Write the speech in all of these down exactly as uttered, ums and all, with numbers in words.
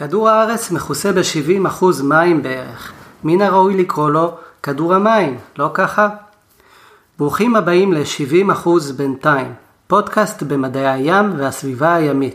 כדור הארץ מכוסה ב-שבעים אחוז מים בערך. מן הראוי לקרוא לו כדור המים, לא ככה? ברוכים הבאים ל-שבעים אחוז בינתיים, פודקאסט במדעי הים והסביבה הימית.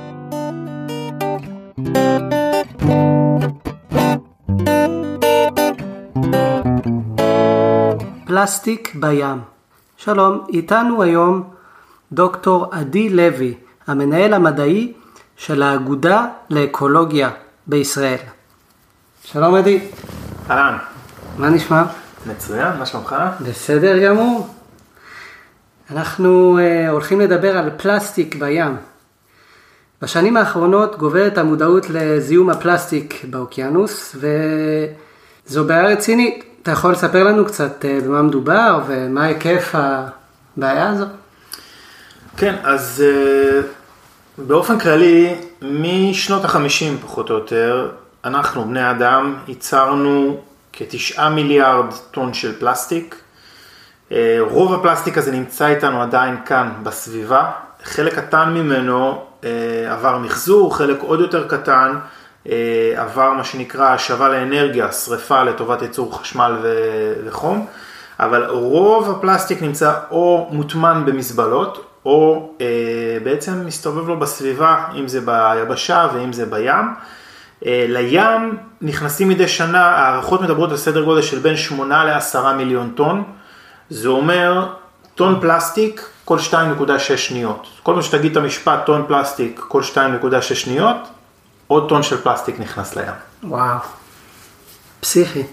פלסטיק בים. שלום, איתנו היום דוקטור עדי לוי, המנהל המדעי של האגודה לאקולוגיה בישראל. שלום עדי. אהלן. מה נשמע? מצוין, מה שלומך? בסדר גמור. אנחנו uh, הולכים לדבר על פלסטיק בים. בשנים האחרונות גוברת המודעות לזיהום הפלסטיק באוקיינוס, וזו בעיה רצינית. אתה יכול לספר לנו קצת uh, במה מדובר ומה היקף הבעיה הזו? כן, אז uh, באופן כללי, משנות החמישים פחות או יותר, אנחנו, בני אדם, ייצרנו כתשעה מיליארד טון של פלסטיק. רוב הפלסטיק הזה נמצא איתנו עדיין כאן בסביבה. חלק קטן ממנו עבר מחזור, חלק עוד יותר קטן עבר מה שנקרא השבה לאנרגיה, שריפה לטובת ייצור חשמל וחום. אבל רוב הפלסטיק נמצא או מוטמן במזבלות, או בעצם מסתובב לו בסביבה, אם זה ביבשה ואם זה בים. לים נכנסים מדי שנה, הערכות מדברות על סדר גודל של בין שמונה לעשרה מיליון טון. זה אומר טון פלסטיק כל שתיים נקודה שש שניות. כל מה שתגיד את המשפט טון פלסטיק כל שתיים נקודה שש שניות, עוד טון של פלסטיק נכנס לים. וואו, פסיכי.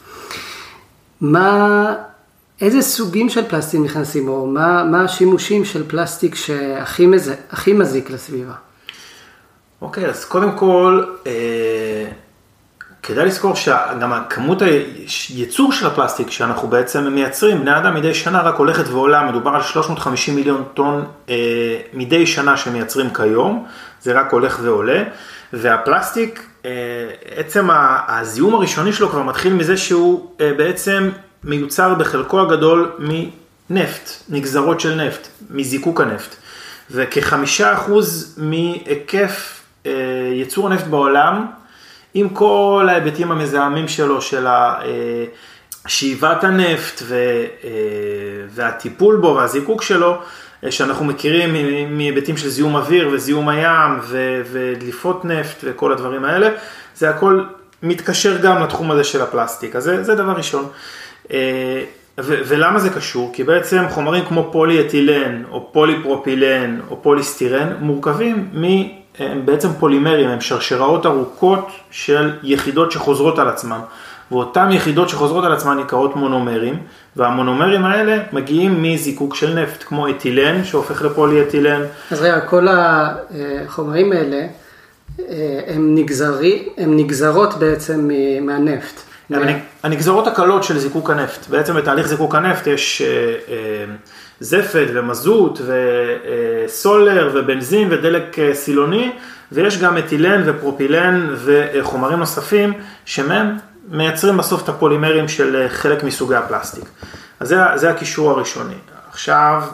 מה, איזה סוגים של פלסטיק נכנסים, או מה, מה השימושים של פלסטיק שהכי מז, הכי מזיק לסביבה? אוקיי, אז קודם כל, אה, כדאי לזכור שגם הכמות הייצור של הפלסטיק שאנחנו בעצם מייצרים, בני אדם מדי שנה רק הולכת ועולה, מדובר על שלוש מאות וחמישים מיליון טון אה, מדי שנה שמייצרים כיום, זה רק הולך ועולה, והפלסטיק, אה, עצם הזיהום הראשוני שלו כבר מתחיל מזה שהוא אה, בעצם מיוצר בחלקו הגדול מנפט, נגזרות של נפט, מזיקוק הנפט, וכחמישה אחוז מהיקף ייצור הנפט בעולם, עם כל ההיבטים המזהמים שלו, של שאיבת הנפט והטיפול בו והזיקוק שלו, שאנחנו מכירים מהיבטים של זיהום אוויר וזיהום הים ודליפות נפט וכל הדברים האלה, זה הכל מתקשר גם לתחום הזה של הפלסטיק. אז זה, זה דבר ראשון. ו- ולמה זה קשור? כי בעצם חומרים כמו פוליאתילן או פוליפרופילן או פוליסטירן מורכבים מ... הם בעצם פולימרים, הם שרשראות ארוכות של יחידות שחוזרות על עצמם. ואותן יחידות שחוזרות על עצמן נקראות מונומרים, והמונומרים האלה מגיעים מזיקוק של נפט, כמו אתילן שהופך לפוליאתילן. אז רגע, כל החומרים האלה, הם, נגזרי, הם נגזרות בעצם מהנפט. הנגזרות הקלות של זיקוק הנפט, בעצם בתהליך זיקוק הנפט יש זפת ומזוט וסולר ובנזין ודלק סילוני, ויש גם אתילן ופרופילן וחומרים נוספים שמהם מייצרים בסוף את הפולימרים של חלק מסוגי הפלסטיק. אז זה, זה הקישור הראשוני. עכשיו,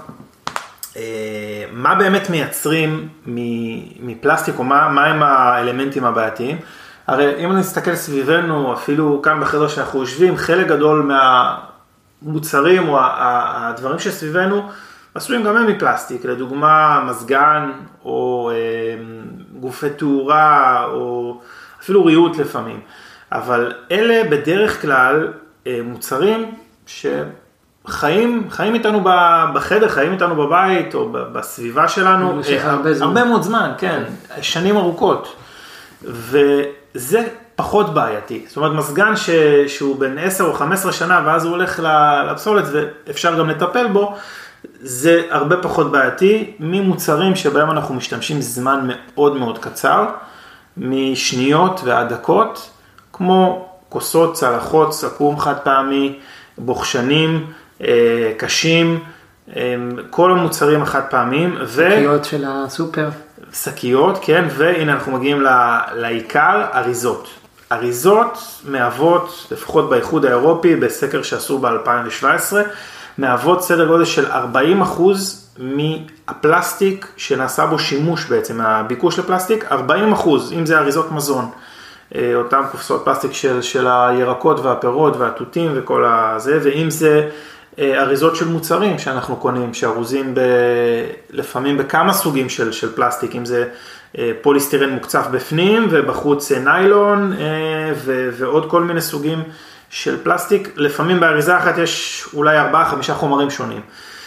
מה באמת מייצרים מפלסטיק, או מה, מה הם האלמנטים הבעייתיים? הרי אם נסתכל סביבנו, אפילו כאן בחדר שאנחנו יושבים, חלק גדול מהמוצרים או הדברים שסביבנו עשויים גם הם מפלסטיק, לדוגמה מזגן או גופי תאורה או אפילו ריהוט לפעמים. אבל אלה בדרך כלל מוצרים שחיים חיים איתנו בחדר, חיים איתנו בבית או בסביבה שלנו הרבה, הרבה מאוד זמן, כן, שנים ארוכות. וזה פחות בעייתי. זאת אומרת, מסגן ש... שהוא בין עשר או חמש עשרה שנה, ואז הוא הולך לפסולת ואפשר גם לטפל בו, זה הרבה פחות בעייתי ממוצרים שבהם אנחנו משתמשים זמן מאוד מאוד קצר, משניות ועד דקות, כמו כוסות, צלחות, סכו"ם חד פעמי, בוחשנים, קשים, כל המוצרים החד פעמיים. שקיות של הסופר. שקיות, כן, והנה אנחנו מגיעים לעיקר, אריזות. אריזות מהוות, לפחות באיחוד האירופי, בסקר שעשו ב-אלפיים שבע עשרה, מהוות סדר גודל של ארבעים אחוז מהפלסטיק שנעשה בו שימוש בעצם, מהביקוש לפלסטיק, ארבעים אחוז, אם זה אריזות מזון, אותם קופסאות פלסטיק של, של הירקות והפירות והתותים וכל הזה, ואם זה אריזות של מוצרים שאנחנו קונים, שארוזים ב, לפעמים בכמה סוגים של, של פלסטיק, אם זה פוליסטירן מוקצף בפנים ובחוץ ניילון ו, ועוד כל מיני סוגים של פלסטיק, לפעמים באריזה אחת יש אולי ארבעה, חמישה חומרים שונים.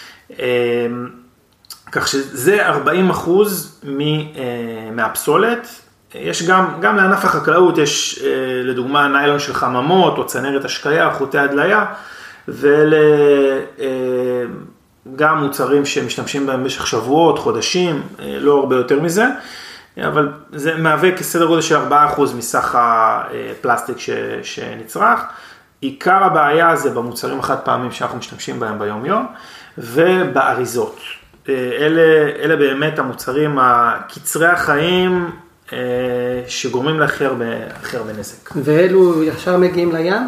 כך שזה ארבעים אחוז מהפסולת. יש גם, גם לענף החקלאות יש לדוגמה ניילון של חממות או צנרת השקיה, חוטי הדליה, וגם מוצרים שמשתמשים בהם במשך שבועות, חודשים, לא הרבה יותר מזה, אבל זה מהווה כסדר גודל של ארבעה אחוז מסך הפלסטיק שנצרך. עיקר הבעיה זה במוצרים החד פעמים שאנחנו משתמשים בהם ביום יום, ובאריזות. אלה, אלה באמת המוצרים הקצרי החיים שגורמים להכי הרבה, הכי הרבה נזק. ואלו ישר מגיעים לים?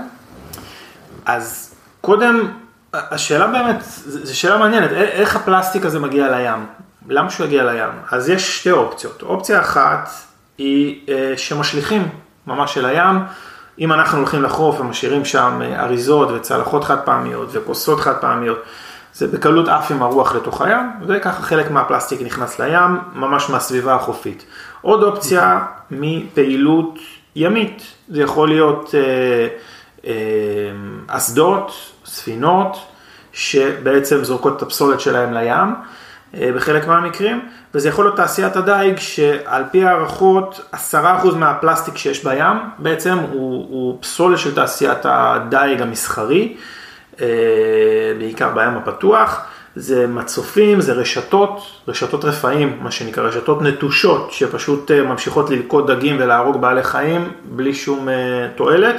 אז קודם, השאלה באמת, זו שאלה מעניינת, איך הפלסטיק הזה מגיע לים? למה שהוא יגיע לים? אז יש שתי אופציות. אופציה אחת היא שמשליכים ממש אל הים, אם אנחנו הולכים לחוף ומשאירים שם אריזות וצלחות חד פעמיות וכוסות חד פעמיות, זה בקלות עף עם הרוח לתוך הים, וככה חלק מהפלסטיק נכנס לים, ממש מהסביבה החופית. עוד אופציה מפעילות ימית, זה יכול להיות אה, אה, אסדות, ספינות, שבעצם זורקות את הפסולת שלהם לים, אה, בחלק מהמקרים, וזה יכול להיות תעשיית הדייג, שעל פי הערכות, עשרה אחוז מהפלסטיק שיש בים, בעצם הוא, הוא פסולת של תעשיית הדייג המסחרי, בעיקר בים הפתוח, זה מצופים, זה רשתות, רשתות רפאים, מה שנקרא, רשתות נטושות, שפשוט ממשיכות ללכוד דגים ולהרוג בעלי חיים, בלי שום תועלת,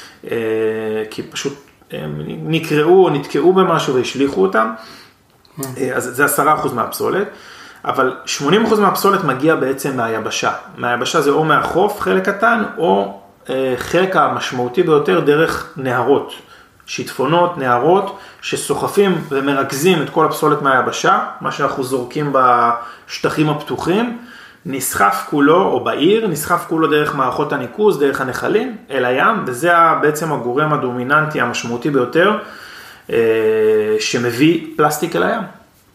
כי פשוט נקראו או נתקעו במשהו והשליחו אותם, אז זה עשרה אחוז מהפסולת, אבל שמונים אחוז מהפסולת מגיע בעצם מהיבשה, מהיבשה זה או מהחוף, חלק קטן, או חלק המשמעותי ביותר דרך נהרות, שיטפונות, נהרות, שסוחפים ומרכזים את כל הפסולת מהיבשה, מה שאנחנו זורקים בשטחים הפתוחים, נסחף כולו, או בעיר, נסחף כולו דרך מערכות הניקוז, דרך הנחלים, אל הים, וזה בעצם הגורם הדומיננטי, המשמעותי ביותר, שמביא פלסטיק אל הים.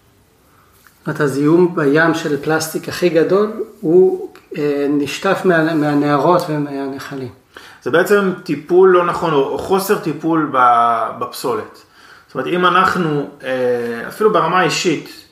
את הזיהום בים של פלסטיק הכי גדול, הוא נשטף מה, מהנהרות ומהנחלים. זה בעצם טיפול לא נכון, או חוסר טיפול בפסולת. זאת אומרת, אם אנחנו, אפילו ברמה האישית,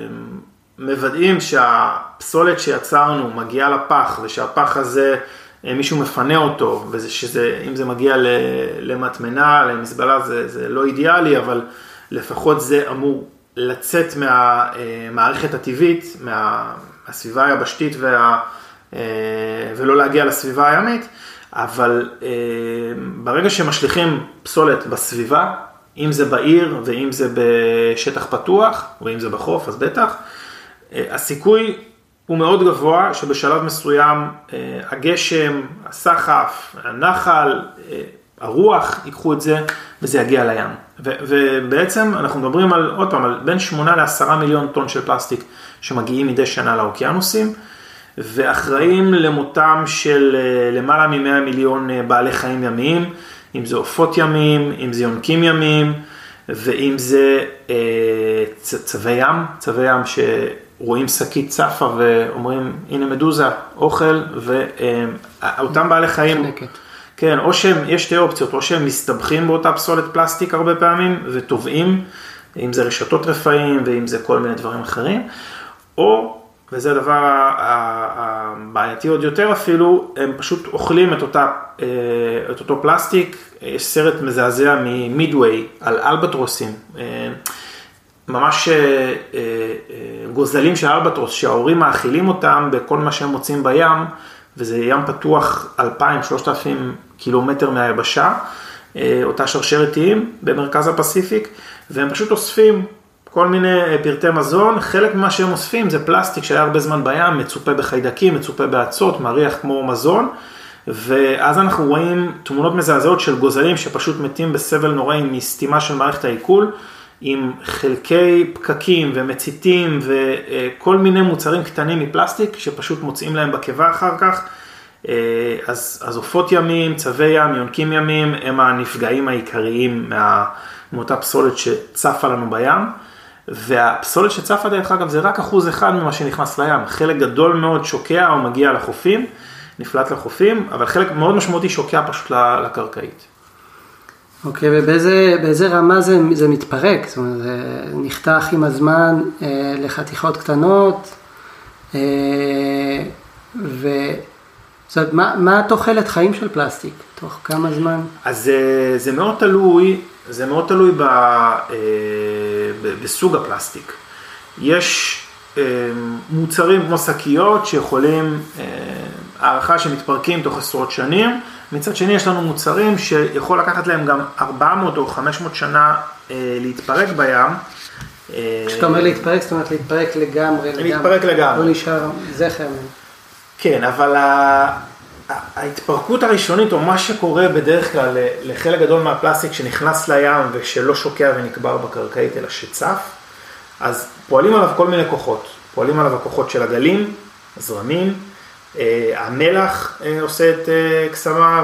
מוודאים שהפסולת שיצרנו מגיעה לפח, ושהפח הזה, מישהו מפנה אותו, ואם זה מגיע למטמנה, למזבלה, זה, זה לא אידיאלי, אבל לפחות זה אמור לצאת מהמערכת הטבעית, מהסביבה היבשתית, וה, ולא להגיע לסביבה הימית, אבל אה, ברגע שמשליכים פסולת בסביבה, אם זה בעיר ואם זה בשטח פתוח, ואם זה בחוף, אז בטח, אה, הסיכוי הוא מאוד גבוה שבשלב מסוים אה, הגשם, הסחף, הנחל, אה, הרוח ייקחו את זה וזה יגיע לים. ו- ובעצם אנחנו מדברים על, עוד פעם, על בין שמונה לעשרה מיליון טון של פלסטיק שמגיעים מדי שנה לאוקיינוסים, ואחראים למותם של למעלה מ-מאה מיליון בעלי חיים ימיים, אם זה עופות ימים, אם זה יונקים ימים, ואם זה אה, צבי ים, צבי ים שרואים שקית צפה ואומרים, הנה מדוזה, אוכל, ואותם בעלי חיים, כן, או שהם, יש שתי אופציות, או שהם מסתבכים באותה פסולת פלסטיק הרבה פעמים, וטובעים, אם זה רשתות רפאים, ואם זה כל מיני דברים אחרים, או וזה הדבר הבעייתי עוד יותר אפילו, הם פשוט אוכלים את, אותה, את אותו פלסטיק. יש סרט מזעזע ממידווי על אלבטרוסים, ממש גוזלים של אלבטרוס, שההורים מאכילים אותם בכל מה שהם מוצאים בים, וזה ים פתוח אלפיים שלושת אלפים קילומטר מהיבשה, אותה שרשרת איים במרכז הפסיפיק, והם פשוט אוספים כל מיני פרטי מזון, חלק ממה שהם אוספים זה פלסטיק שהיה הרבה זמן בים, מצופה בחיידקים, מצופה בעצות, מריח כמו מזון, ואז אנחנו רואים תמונות מזעזעות של גוזלים שפשוט מתים בסבל נוראי מסתימה של מערכת העיכול, עם חלקי פקקים ומציתים וכל מיני מוצרים קטנים מפלסטיק שפשוט מוצאים להם בקיבה אחר כך. אז, אז עופות ימים, צבי ים, יונקים ימים, הם הנפגעים העיקריים מה, מאותה פסולת שצפה לנו בים. והפסולת שצפה דרך אגב זה רק אחוז אחד ממה שנכנס לים. חלק גדול מאוד שוקע או מגיע לחופים, נפלט לחופים, אבל חלק מאוד משמעותי שוקע פשוט לקרקעית. אוקיי, ובאיזה באיזה רמה זה, זה מתפרק? זאת אומרת, זה נחתך עם הזמן אה, לחתיכות קטנות, אה, ו... זאת אומרת, מה, מה התוחלת חיים של פלסטיק? תוך כמה זמן? אז זה, זה מאוד תלוי, זה מאוד תלוי ב, אה, ב, בסוג הפלסטיק. יש אה, מוצרים כמו שקיות שיכולים, אה, הערכה שמתפרקים תוך עשרות שנים, מצד שני יש לנו מוצרים שיכול לקחת להם גם ארבע מאות או חמש מאות שנה אה, להתפרק בים. כשאתה אומר להתפרק, זאת אומרת להתפרק לגמרי. להתפרק לגמרי. לא נשאר זכר. כן, אבל ההתפרקות הראשונית, או מה שקורה בדרך כלל לחלק גדול מהפלסטיק שנכנס לים ושלא שוקע ונקבר בקרקעית אלא שצף, אז פועלים עליו כל מיני כוחות. פועלים עליו הכוחות של הגלים, הזרמים, המלח עושה את קסמיו,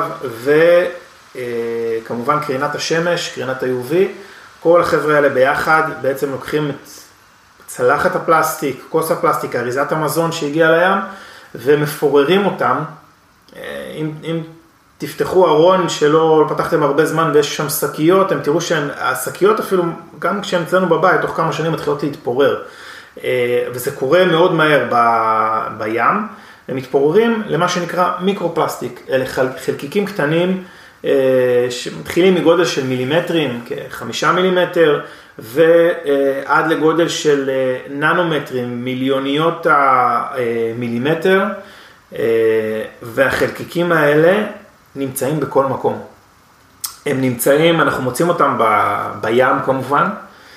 וכמובן קרינת השמש, קרינת ה-יו וי, כל החבר'ה האלה ביחד בעצם לוקחים את צלחת הפלסטיק, כוס הפלסטיק, אריזת המזון שהגיע לים, ומפוררים אותם. אם, אם תפתחו ארון שלא פתחתם הרבה זמן ויש שם שקיות, אתם תראו שהשקיות אפילו, גם כשהן אצלנו בבית, תוך כמה שנים מתחילות להתפורר. וזה קורה מאוד מהר ב, בים. הם מתפוררים למה שנקרא מיקרופלסטיק, אלה חלקיקים קטנים שמתחילים מגודל של מילימטרים, כחמישה מילימטר, ועד לגודל של ננומטרים, מיליוניות המילימטר, והחלקיקים האלה נמצאים בכל מקום. הם נמצאים, אנחנו מוצאים אותם ב, בים כמובן,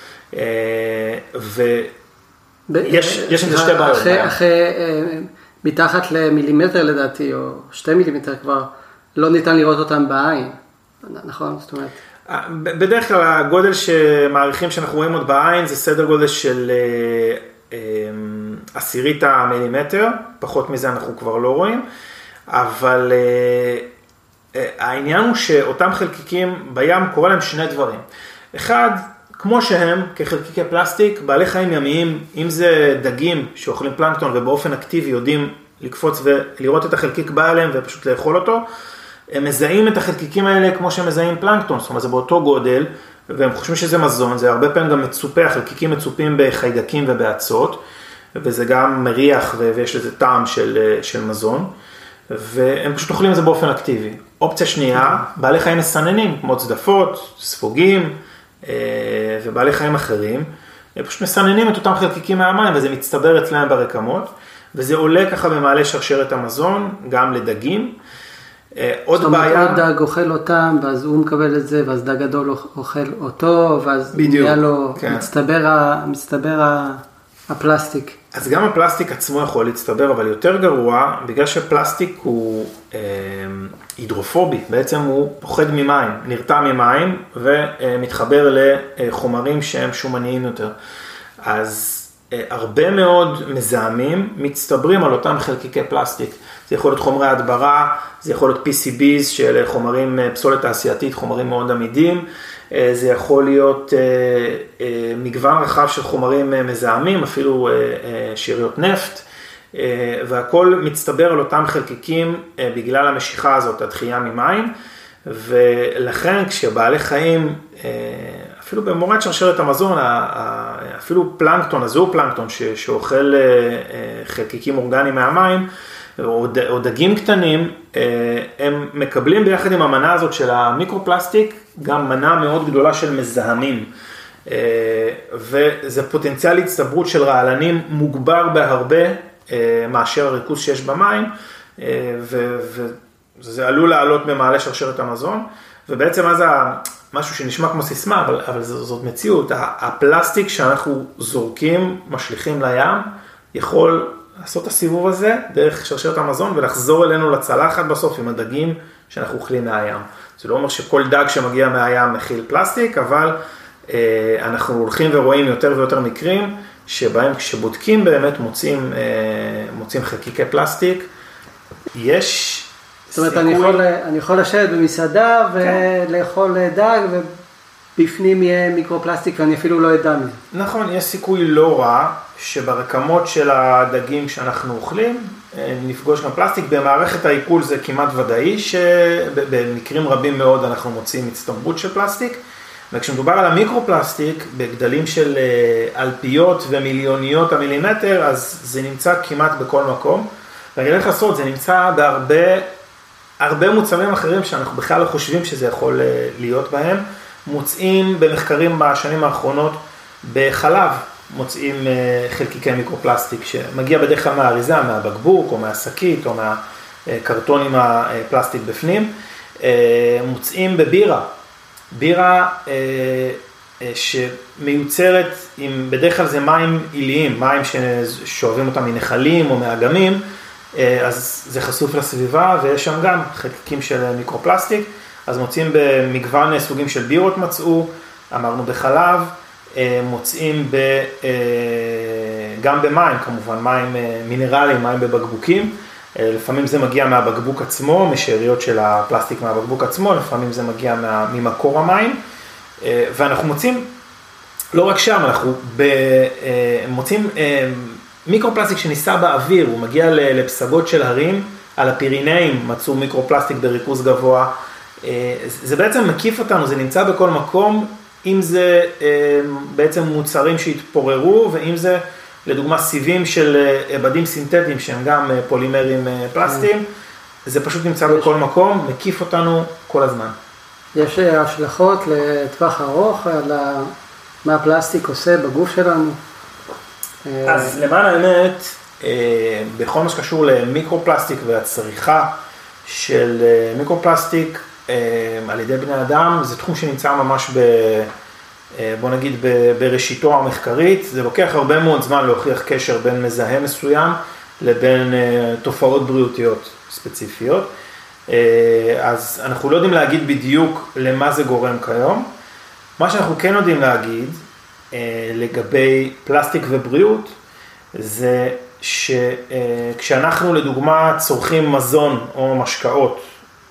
ויש יש עם זה שתי בעיות. אחרי, אחרי, מתחת למילימטר לדעתי, או שתי מילימטר כבר, לא ניתן לראות אותם בעין, נכון? זאת אומרת... בדרך כלל הגודל שמעריכים שאנחנו רואים עוד בעין, זה סדר גודל של עשירית המילימטר, פחות מזה אנחנו כבר לא רואים, אבל העניין הוא שאותם חלקיקים בים קורה להם שני דברים. אחד, כמו שהם, כחלקיקי פלסטיק, בעלי חיים ימיים, אם זה דגים שאוכלים פלנקטון ובאופן אקטיבי יודעים לקפוץ ולראות את החלקיק בא אליהם ופשוט לאכול אותו, הם מזהים את החלקיקים האלה כמו שהם מזהים פלנקטון, זאת אומרת זה באותו גודל, והם חושבים שזה מזון, זה הרבה פעמים גם מצופה, החלקיקים מצופים בחיידקים ובאצות, וזה גם מריח ויש לזה טעם של, של מזון, והם פשוט אוכלים את זה באופן אקטיבי. אופציה שנייה, בעלי חיים מסננים, כמו צדפות, ספוגים, ובעלי חיים אחרים, הם פשוט מסננים את אותם חלקיקים מהמים, וזה מצטבר אצלם ברקמות, וזה עולה ככה במעלה שרשרת המזון, גם לדגים. עוד בעיה... זאת אומרת, דג אוכל אותם, ואז הוא מקבל את זה, ואז דג גדול אוכל אותו, ואז נהיה לו, כן. מצטבר, מצטבר הפלסטיק. אז גם הפלסטיק עצמו יכול להצטבר, אבל יותר גרוע, בגלל שפלסטיק הוא אה, הידרופובי, בעצם הוא פוחד ממים, נרתע ממים, ומתחבר לחומרים שהם שומניים יותר. אז אה, הרבה מאוד מזהמים מצטברים על אותם חלקיקי פלסטיק. זה יכול להיות חומרי הדברה, זה יכול להיות פי סי ביז של חומרים, פסולת תעשייתית, חומרים מאוד עמידים, זה יכול להיות מגוון רחב של חומרים מזהמים, אפילו שאריות נפט, והכל מצטבר על אותם חלקיקים בגלל המשיכה הזאת, הדחייה ממים, ולכן כשבעלי חיים, אפילו במורד שרשרת המזון, אפילו פלנקטון, הזואופלנקטון שאוכל חלקיקים אורגניים מהמים, או דגים קטנים, הם מקבלים ביחד עם המנה הזאת של המיקרופלסטיק, גם מנה מאוד גדולה של מזהמים, וזה פוטנציאל הצטברות של רעלנים מוגבר בהרבה מאשר הריכוז שיש במים, וזה עלול לעלות במעלה שרשרת המזון, ובעצם אז משהו שנשמע כמו סיסמה, אבל, אבל זאת מציאות, הפלסטיק שאנחנו זורקים, משליכים לים, יכול לעשות את הסיבוב הזה דרך שרשרת המזון ולחזור אלינו לצלחת בסוף עם הדגים שאנחנו אוכלים מהים. זה לא אומר שכל דג שמגיע מהים מכיל פלסטיק, אבל אנחנו הולכים ורואים יותר ויותר מקרים, שבהם כשבודקים באמת מוצאים, מוצאים חלקיקי פלסטיק, יש זאת אומרת, סיכוי... אני יכול, אני יכול לשבת במסעדה ולאכול דג, ובפנים יהיה מיקרופלסטיק, ואני אפילו לא אדע מזה. נכון, יש סיכוי לא רע, שברקמות של הדגים שאנחנו אוכלים, נפגוש גם פלסטיק. במערכת העיכול זה כמעט ודאי, שבמקרים רבים מאוד אנחנו מוצאים הצטמרות של פלסטיק, וכשמדובר על המיקרופלסטיק, בגדלים של אלפיות ומיליוניות המילימטר, אז זה נמצא כמעט בכל מקום. ואני אלך לעשות, זה נמצא בהרבה הרבה מוצרים אחרים שאנחנו בכלל לא חושבים שזה יכול להיות בהם. מוצאים במחקרים בשנים האחרונות בחלב, מוצאים חלקיקי מיקרופלסטיק שמגיע בדרך כלל מהאריזה, מהבקבוק או מהשקית או מהקרטון עם הפלסטיק בפנים. מוצאים בבירה, בירה שמיוצרת עם, בדרך כלל זה מים עיליים, מים ששואבים אותם מנחלים או מאגמים, אז זה חשוף לסביבה ויש שם גם חלקיקים של מיקרופלסטיק. אז מוצאים במגוון סוגים של בירות מצאו, אמרנו בחלב, מוצאים ב, גם במים כמובן, מים מינרליים, מים בבקבוקים. לפעמים זה מגיע מהבקבוק עצמו, משאריות של הפלסטיק מהבקבוק עצמו, לפעמים זה מגיע ממקור המים. ואנחנו מוצאים, לא רק שם, אנחנו מוצאים מיקרופלסטיק שניסה באוויר, הוא מגיע לפסגות של הרים, על הפירינאים מצאו מיקרופלסטיק בריכוז גבוה. זה בעצם מקיף אותנו, זה נמצא בכל מקום, אם זה בעצם מוצרים שהתפוררו, ואם זה לדוגמה סיבים של עבדים סינתטיים שהם גם פולימרים פלסטיים, זה פשוט נמצא בכל מקום, מקיף אותנו כל הזמן. יש השלכות לטווח ארוך על מה הפלסטיק עושה בגוף שלנו? אז למען האמת, בכל מה שקשור למיקרופלסטיק והצריכה של מיקרופלסטיק על ידי בני אדם, זה תחום שנמצא ממש ב... בוא נגיד בראשיתו המחקרית. זה לוקח הרבה מאוד זמן להוכיח קשר בין מזהם מסוים לבין תופעות בריאותיות ספציפיות. אז אנחנו לא יודעים להגיד בדיוק למה זה גורם כיום. מה שאנחנו כן יודעים להגיד לגבי פלסטיק ובריאות, זה שכשאנחנו לדוגמה צורכים מזון או משקאות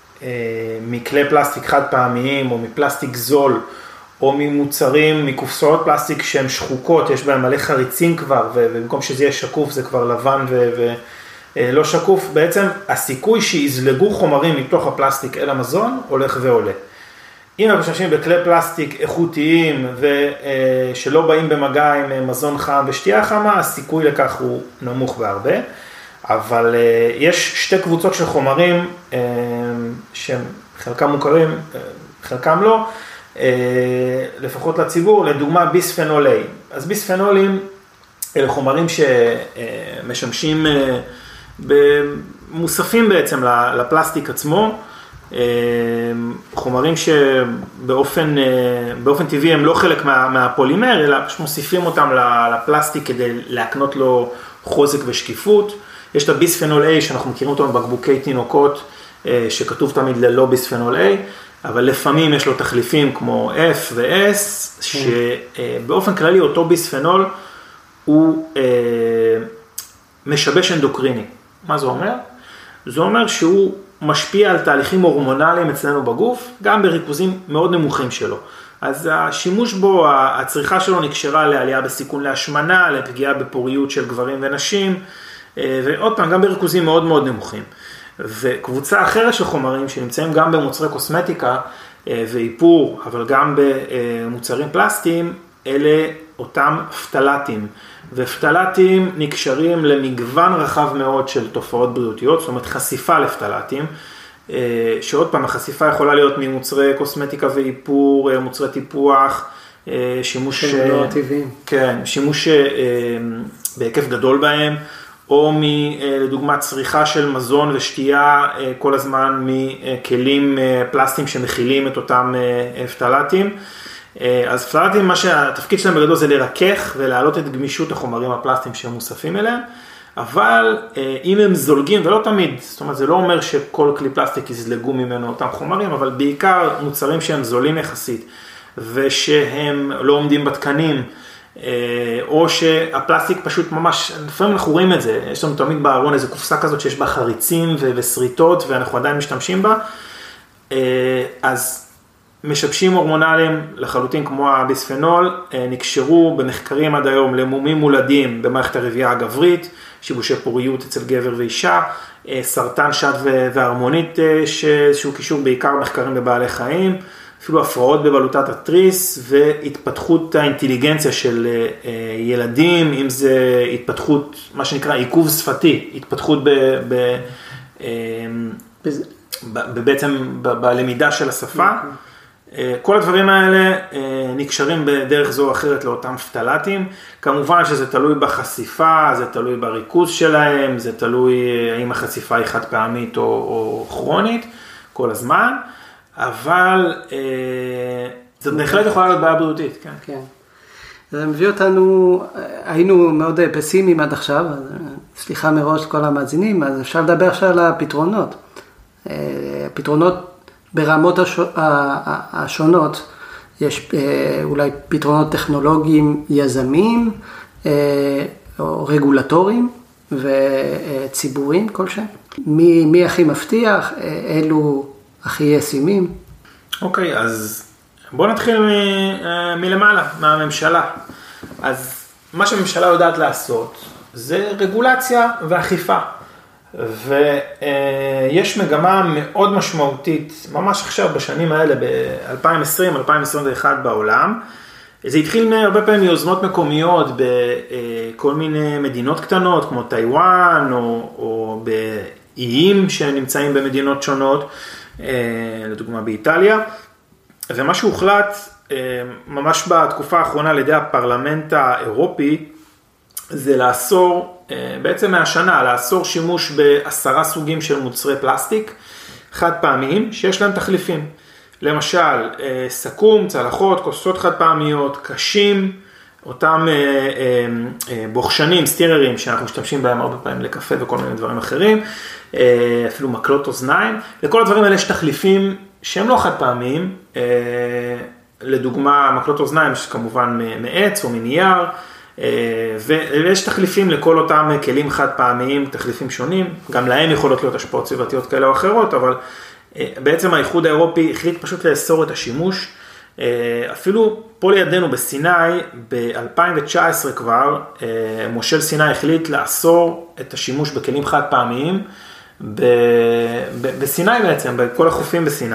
מכלי פלסטיק חד פעמיים או מפלסטיק זול, או ממוצרים, מקופסאות פלסטיק שהן שחוקות, יש בהן מלא חריצים כבר, ובמקום שזה יהיה שקוף זה כבר לבן ולא שקוף, בעצם הסיכוי שיזלגו חומרים מתוך הפלסטיק אל המזון הולך ועולה. אם אנחנו משתמשים בכלי פלסטיק איכותיים ושלא באים במגע עם מזון חם ושתייה חמה, הסיכוי לכך הוא נמוך בהרבה, אבל יש שתי קבוצות של חומרים שהם חלקם מוכרים, חלקם לא, לפחות לציבור, לדוגמה ביספנול A. אז ביספנולים אלה חומרים שמשמשים במוספים בעצם לפלסטיק עצמו, חומרים שבאופן באופן טבעי הם לא חלק מה, מהפולימר, אלא מוסיפים אותם לפלסטיק כדי להקנות לו חוזק ושקיפות. יש את הביספנול A שאנחנו מכירים אותו בבקבוקי תינוקות, שכתוב תמיד ללא ביספנול A, אבל לפעמים יש לו תחליפים כמו F ו-S, שבאופן כללי אותו ביספנול הוא משבש אנדוקריני. מה זה אומר? זה אומר שהוא משפיע על תהליכים הורמונליים אצלנו בגוף, גם בריכוזים מאוד נמוכים שלו. אז השימוש בו, הצריכה שלו נקשרה לעלייה בסיכון להשמנה, לפגיעה בפוריות של גברים ונשים, ועוד פעם, גם בריכוזים מאוד מאוד נמוכים. וקבוצה אחרת של חומרים שנמצאים גם במוצרי קוסמטיקה ואיפור, אבל גם במוצרים פלסטיים, אלה אותם פטלטים. ופטלטים נקשרים למגוון רחב מאוד של תופעות בריאותיות, זאת אומרת חשיפה לפטלטים, שעוד פעם החשיפה יכולה להיות ממוצרי קוסמטיקה ואיפור, מוצרי טיפוח, שימוש, לא טבעיים. כן, שימוש בהיקף גדול בהם, או לדוגמה צריכה של מזון ושתייה כל הזמן מכלים פלסטיים שמכילים את אותם פטלטים. אז פטלטים, מה שהתפקיד שלהם בגדול זה לרכך ולהעלות את גמישות החומרים הפלסטיים שהם מוספים אליהם, אבל אם הם זולגים, ולא תמיד, זאת אומרת זה לא אומר שכל כלי פלסטיק יזלגו ממנו אותם חומרים, אבל בעיקר מוצרים שהם זולים יחסית, ושהם לא עומדים בתקנים, או שהפלסטיק פשוט ממש, לפעמים אנחנו רואים את זה, יש לנו תמיד בארון איזו קופסה כזאת שיש בה חריצים וסריטות ואנחנו עדיין משתמשים בה, אז משבשים הורמונליים לחלוטין כמו הביספנול, נקשרו במחקרים עד היום למומים מולדים במערכת הרבייה הגברית, שיבושי פוריות אצל גבר ואישה, סרטן שד והרמונית שהוא קישור בעיקר מחקרים בבעלי חיים, אפילו הפרעות בבלוטת התריס והתפתחות האינטליגנציה של ילדים, אם זה התפתחות, מה שנקרא עיכוב שפתי, התפתחות ב, ב, ב, בעצם בלמידה של השפה. כל הדברים האלה נקשרים בדרך זו או אחרת לאותם פטלטים. כמובן שזה תלוי בחשיפה, זה תלוי בריכוז שלהם, זה תלוי האם החשיפה היא חד פעמית או, או כרונית כל הזמן. אבל זאת בהחלט יכולה להיות בעיה בריאותית, כן. כן. זה מביא אותנו, היינו מאוד פסימיים עד עכשיו, סליחה מראש כל המאזינים, אז אפשר לדבר עכשיו על הפתרונות. הפתרונות ברמות השונות, יש אולי פתרונות טכנולוגיים יזמיים, או רגולטוריים וציבוריים כלשהם. מי, מי הכי מבטיח, אלו הכי ישימים? אוקיי, okay, אז בואו נתחיל מ- מלמעלה, מהממשלה. אז מה שהממשלה יודעת לעשות זה רגולציה ואכיפה. ויש מגמה מאוד משמעותית, ממש עכשיו בשנים האלה, ב-אלפיים עשרים עד אלפיים עשרים ואחת בעולם. זה התחיל הרבה פעמים מיוזמות מקומיות בכל מיני מדינות קטנות, כמו טיואן, או, או באיים שנמצאים במדינות שונות, לדוגמה באיטליה. ומה שהוחלט ממש בתקופה האחרונה על ידי הפרלמנט האירופי, זה לאסור, בעצם מהשנה, לאסור שימוש בעשרה סוגים של מוצרי פלסטיק חד פעמיים שיש להם תחליפים. למשל, סכו"ם, צלחות, כוסות חד פעמיות, קשים, אותם בוחשנים, סטיררים שאנחנו משתמשים בהם הרבה פעמים לקפה וכל מיני דברים אחרים, אפילו מקלות אוזניים. לכל הדברים האלה יש תחליפים שהם לא חד פעמיים, לדוגמה מקלות אוזניים שכמובן מעץ או מנייר, ויש תחליפים לכל אותם כלים חד פעמיים, תחליפים שונים, גם להם יכולות להיות השפעות סביבתיות כאלה או אחרות, אבל בעצם האיחוד האירופי החליט פשוט לאסור את השימוש. אפילו פה לידינו בסיני, ב-אלפיים תשע עשרה כבר, מושל סיני החליט לאסור את השימוש בכלים חד פעמיים, בסיני בעצם, בכל החופים בסיני.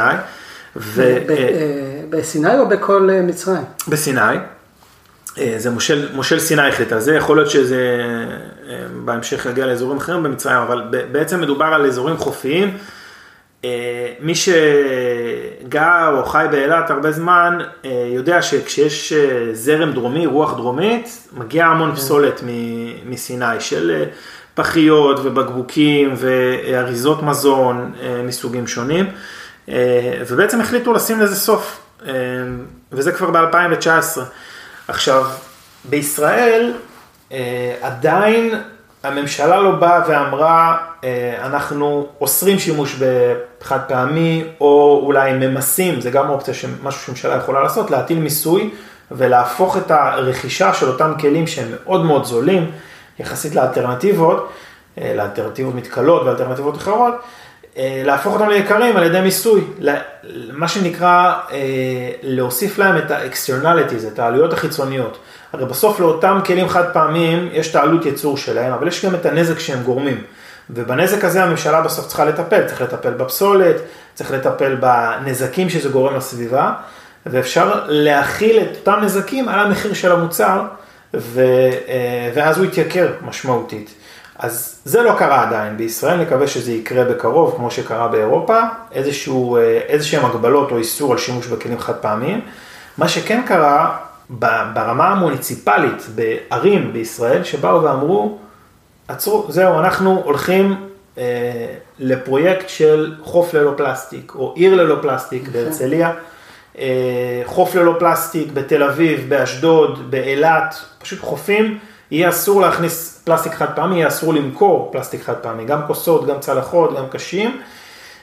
בסיני או בכל מצרים? בסיני. זה מושל, מושל סיני החליט על זה, יכול להיות שזה בהמשך יגיע לאזורים אחרים במצרים, אבל בעצם מדובר על אזורים חופיים. מי שגר או חי באילת הרבה זמן, יודע שכשיש זרם דרומי, רוח דרומית, מגיע המון פסולת מסיני, של פחיות ובקבוקים ואריזות מזון מסוגים שונים, ובעצם החליטו לשים לזה סוף, וזה כבר ב-אלפיים תשע עשרה. עכשיו, בישראל עדיין הממשלה לא באה ואמרה, אנחנו אוסרים שימוש בחד פעמי, או אולי ממסים, זה גם אופציה שמשהו שהממשלה יכולה לעשות, להטיל מיסוי ולהפוך את הרכישה של אותם כלים שהם מאוד מאוד זולים, יחסית לאלטרנטיבות, לאלטרנטיבות מתקלות ואלטרנטיבות אחרות, להפוך אותם ליקרים על ידי מיסוי, מה שנקרא להוסיף להם את ה-externalities, את העלויות החיצוניות. הרי בסוף לאותם כלים חד פעמיים יש את העלות ייצור שלהם, אבל יש גם את הנזק שהם גורמים. ובנזק הזה הממשלה בסוף צריכה לטפל, צריך לטפל בפסולת, צריך לטפל בנזקים שזה גורם לסביבה, ואפשר להכיל את אותם נזקים על המחיר של המוצר, ואז הוא יתייקר משמעותית. אז זה לא קרה עדיין בישראל, נקווה שזה יקרה בקרוב, כמו שקרה באירופה, איזשהו, איזשהם הגבלות או איסור על שימוש בכלים חד פעמיים. מה שכן קרה ברמה המוניציפלית בערים בישראל, שבאו ואמרו, עצרו, זהו, אנחנו הולכים אה, לפרויקט של חוף ללא פלסטיק, או עיר ללא פלסטיק בהרצליה, אה, חוף ללא פלסטיק בתל אביב, באשדוד, באילת, פשוט חופים, יהיה אסור להכניס פלסטיק חד פעמי, יהיה אסור למכור פלסטיק חד פעמי, גם כוסות, גם צלחות, גם קשים,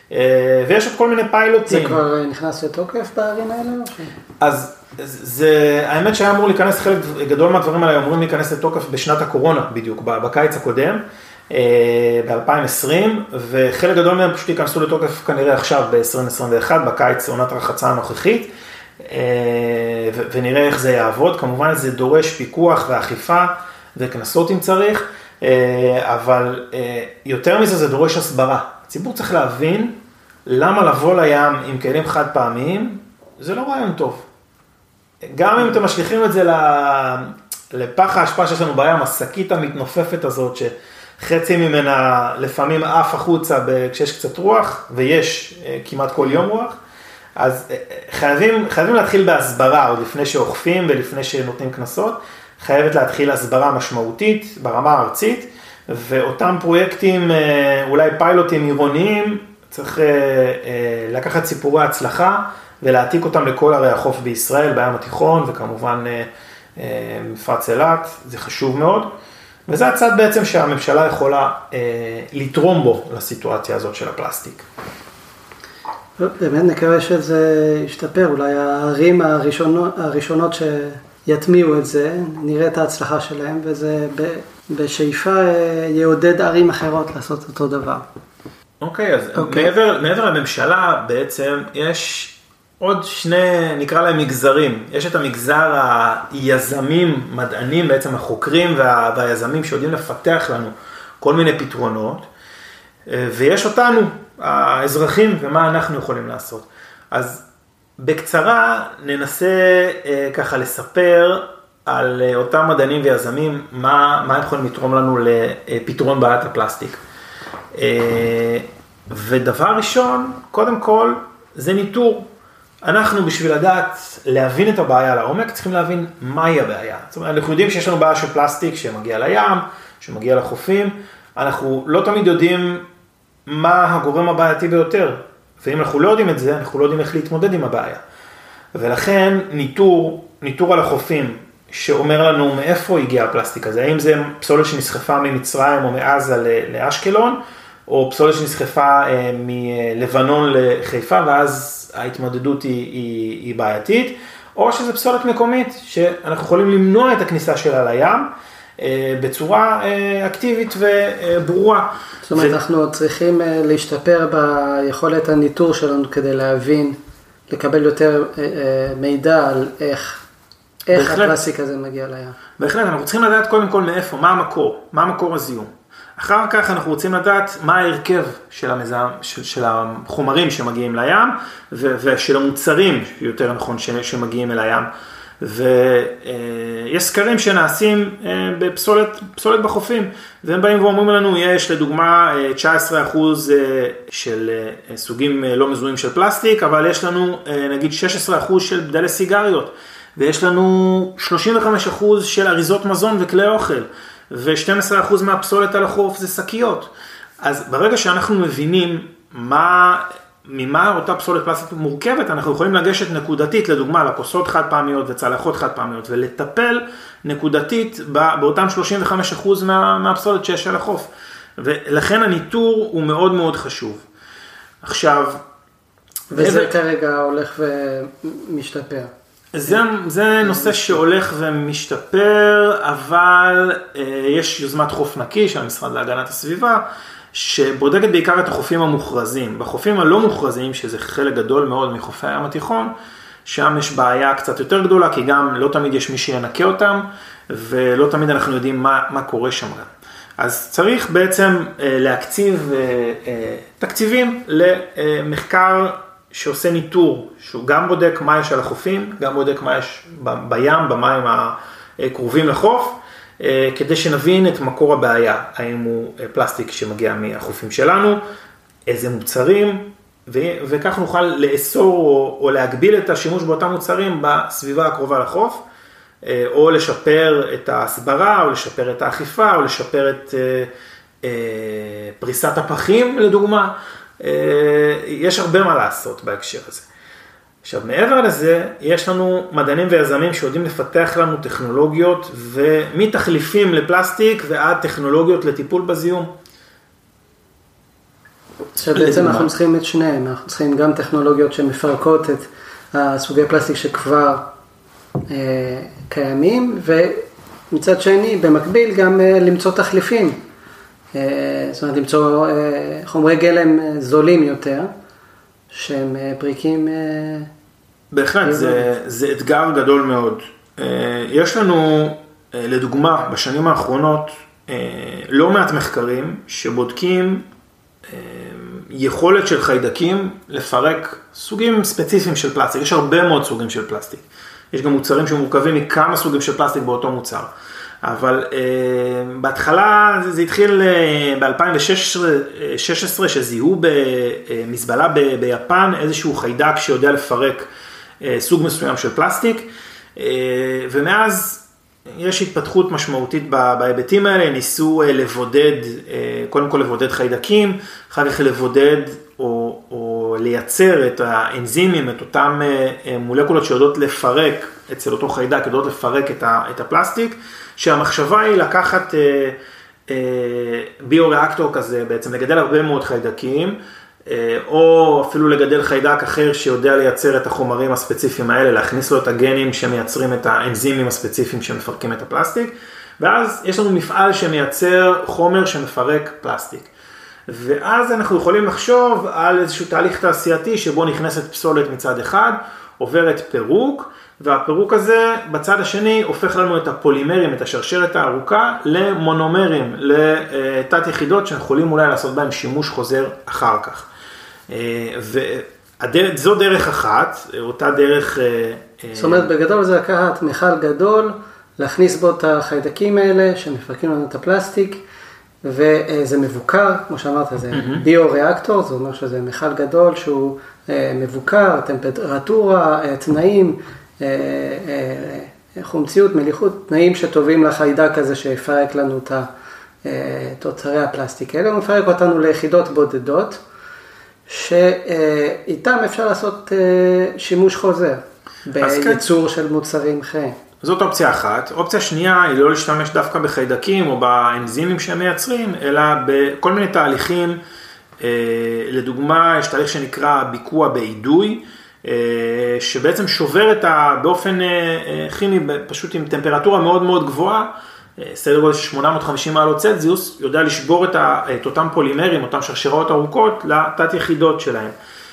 ויש עוד כל מיני פיילוטים. זה כבר נכנס לתוקף בערים האלה? אז זה, האמת שהיה אמור להיכנס, חלק גדול מהדברים האלה אמורים להיכנס לתוקף בשנת הקורונה בדיוק, בקיץ הקודם, ב-אלפיים עשרים, וחלק גדול מהם פשוט ייכנסו לתוקף כנראה עכשיו ב-עשרים עשרים ואחת, בקיץ עונת הרחצה הנוכחית, ונראה איך זה יעבוד. כמובן זה דורש פיקוח ואכיפה וכנסות אם צריך, אבל יותר מזה זה דורש הסברה. הציבור צריך להבין למה לבוא לים עם כלים חד פעמיים, זה לא רעיון טוב. גם אם אתם משליכים את זה לפח ההשפעה שיש לנו בים, השקית המתנופפת הזאת, שחצי ממנה לפעמים עף החוצה כשיש קצת רוח, ויש כמעט כל יום רוח, אז חייבים, חייבים להתחיל בהסברה, עוד לפני שאוכפים ולפני שנותנים כנסות, חייבת להתחיל הסברה משמעותית ברמה הארצית, ואותם פרויקטים, אולי פיילוטים עירוניים, צריך לקחת סיפורי הצלחה, ולהעתיק אותם לכל ערי החוף בישראל, בים התיכון, וכמובן מפרץ אילת, זה חשוב מאוד. וזה הצד בעצם שהממשלה יכולה לתרום בו לסיטואציה הזאת של הפלסטיק. באמת נקווה שזה ישתפר, אולי הערים הראשונות, הראשונות שיטמיעו את זה, נראה את ההצלחה שלהם, וזה בשאיפה יעודד ערים אחרות לעשות אותו דבר. אוקיי, אז okay. מעבר, מעבר לממשלה בעצם יש עוד שני, נקרא להם מגזרים. יש את המגזר היזמים, מדענים, בעצם החוקרים וה, והיזמים שיודעים לפתח לנו כל מיני פתרונות, ויש אותנו, האזרחים, ומה אנחנו יכולים לעשות. אז בקצרה ננסה ככה לספר על אותם מדענים ויזמים, מה, מה הם יכולים לתרום לנו לפתרון בעיית הפלסטיק. ודבר ראשון, קודם כל, זה ניטור. אנחנו בשביל לדעת, להבין את הבעיה לעומק, צריכים להבין מהי הבעיה. זאת אומרת, אנחנו יודעים שיש לנו בעיה של פלסטיק שמגיע לים, שמגיע לחופים, אנחנו לא תמיד יודעים מה הגורם הבעייתי ביותר, ואם אנחנו לא יודעים את זה, אנחנו לא יודעים איך להתמודד עם הבעיה. ולכן ניטור, ניטור על החופים, שאומר לנו מאיפה הגיע הפלסטיק הזה, האם זה פסולת שנסחפה ממצרים או מעזה לאשקלון, או פסולת שנסחפה מלבנון לחיפה, ואז ההתמודדות היא, היא, היא בעייתית, או שזה פסולת מקומית, שאנחנו יכולים למנוע את הכניסה שלה לים, בצורה אקטיבית וברורה. זאת אומרת, ו... אנחנו צריכים להשתפר ביכולת הניטור שלנו, כדי להבין, לקבל יותר מידע על איך, איך הפלסטיק הזה מגיע לים. בהחלט, אנחנו צריכים לדעת קודם כל מאיפה, מה המקור, מה המקור הזיהום. אחר כך אנחנו רוצים לדעת מה ההרכב של, המזהם, של, של החומרים שמגיעים לים, ו, ושל המוצרים, יותר נכון, שמגיעים אל הים. ויש סקרים שנעשים בפסולת, פסולת בחופים, והם באים ואומרים לנו, יש לדוגמה תשע עשרה אחוז של סוגים לא מזוהים של פלסטיק, אבל יש לנו נגיד שש עשרה אחוז של בדלי סיגריות, ויש לנו שלושים וחמישה אחוז של אריזות מזון וכלי אוכל, ו-שנים עשר אחוז מהפסולת על החוף זה שקיות. אז ברגע שאנחנו מבינים מה, ממה אותה פסולת פלסטית מורכבת, אנחנו יכולים לגשת נקודתית, לדוגמה, לכוסות חד פעמיות וצלחות חד פעמיות, ולטפל נקודתית באותם שלושים וחמישה אחוז מה, מהפסולת שיש על החוף. ולכן הניטור הוא מאוד מאוד חשוב. עכשיו... וזה ו... כרגע הולך ומשתפר. זה, זה נושא שהולך ומשתפר, אבל אה, יש יוזמת חוף נקי של המשרד להגנת הסביבה, שבודקת בעיקר את החופים המוכרזים. בחופים הלא מוכרזים, שזה חלק גדול מאוד מחופי הים התיכון, שם יש בעיה קצת יותר גדולה, כי גם לא תמיד יש מי שינקה אותם, ולא תמיד אנחנו יודעים מה, מה קורה שם גם. אז צריך בעצם אה, להקציב אה, אה, תקציבים למחקר שעושה ניטור, שהוא גם בודק מה יש על החופים, גם בודק מה יש בים, במים הקרובים לחוף, כדי שנבין את מקור הבעיה, האם הוא פלסטיק שמגיע מהחופים שלנו, איזה מוצרים, וכך נוכל לאסור או להגביל את השימוש באותם מוצרים בסביבה הקרובה לחוף, או לשפר את ההסברה, או לשפר את האכיפה, או לשפר את פריסת הפחים, לדוגמה. יש הרבה מה לעשות בהקשר הזה. עכשיו, מעבר לזה, יש לנו מדענים ויזמים שיודעים לפתח לנו טכנולוגיות, ומתחליפים לפלסטיק ועד טכנולוגיות לטיפול בזיהום. שבעצם אנחנו צריכים את שניהם, אנחנו צריכים גם טכנולוגיות שמפרקות את הסוגי פלסטיק שכבר אה, קיימים, ומצד שני, במקביל גם אה, למצוא תחליפים, אה, זאת אומרת, למצוא אה, חומרי גלם זולים יותר, שהם אה, פריקים... אה, בהחלט, זה, זה אתגר גדול מאוד. אה, יש לנו, אה, לדוגמה, בשנים האחרונות, אה, לא מעט מחקרים שבודקים יכולת של חיידקים לפרק סוגים ספציפיים של פלסטיק. יש הרבה מאוד סוגים של פלסטיק. יש גם מוצרים שמורכבים מכמה סוגים של פלסטיק באותו מוצר. אבל uh, בהתחלה זה, זה התחיל uh, ב-אלפיים ושש עשרה שזיהו במזבלה ב- ביפן איזשהו חיידק שיודע לפרק uh, סוג מסוים של פלסטיק. Uh, ומאז יש התפתחות משמעותית בהיבטים האלה, ניסו לבודד, קודם כל לבודד חיידקים, אחר כך לבודד או, או לייצר את האנזימים, את אותם מולקולות שיודעות לפרק אצל אותו חיידק, יודעות לפרק את הפלסטיק, שהמחשבה היא לקחת ביו-ריאקטור כזה, בעצם לגדל הרבה מאוד חיידקים, או אפילו לגדל חיידק אחר שיודע לייצר את החומרים הספציפיים האלה, להכניס לו את הגנים שמייצרים את האנזימים הספציפיים שמפרקים את הפלסטיק, ואז יש לנו מפעל שמייצר חומר שמפרק פלסטיק. ואז אנחנו יכולים לחשוב על איזשהו תהליך תעשייתי שבו נכנסת פסולת מצד אחד, עוברת פירוק, והפירוק הזה בצד השני הופך לנו את הפולימרים, את השרשרת הארוכה, למונומרים, לתת יחידות שיכולים אולי לעשות בהם שימוש חוזר אחר כך. וזו דרך אחת, אותה דרך... זאת אומרת, בגדול זה לקחת מיכל גדול, להכניס בו את החיידקים האלה שמפרקים לנו את הפלסטיק, וזה מבוקר, כמו שאמרת, זה ביו-ריאקטור, זה אומר שזה מיכל גדול שהוא מבוקר, טמפרטורה, תנאים, חומציות, מליחות, תנאים שטובים לחיידק הזה שיפרק לנו את תוצרי הפלסטיק האלה, הוא מפרק אותנו ליחידות בודדות, שאיתם אפשר לעשות שימוש חוזר בייצור של מוצרים חיים. זאת אופציה אחת. אופציה שנייה היא לא להשתמש דווקא בחיידקים או באנזימים שהם מייצרים, אלא בכל מיני תהליכים. לדוגמה, יש תהליך שנקרא ביקוע באידוי, שבעצם שובר את ה... באופן כימי, פשוט עם טמפרטורה מאוד מאוד גבוהה, סדר גודל של שמונה מאות וחמישים מעלות צלזיוס, יודע לשבור את, ה... את אותם פולימרים, אותם שרשרות ארוכות, לתת יחידות שלהם.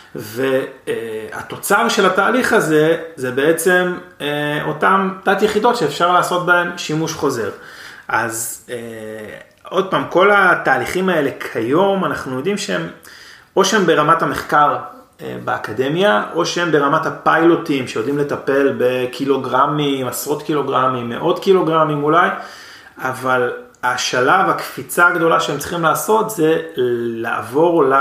והתוצר של התהליך הזה, זה בעצם אותם תת יחידות שאפשר לעשות בהם שימוש חוזר. אז עוד פעם, כל התהליכים האלה כיום, אנחנו יודעים שהם, או שהם ברמת המחקר באקדמיה, או שהם ברמת הפיילוטים, שיודעים לטפל בקילוגרמים, עשרות קילוגרמים, מאות קילוגרמים אולי, אבל השלב, הקפיצה הגדולה שהם צריכים לעשות, זה לעבור ל...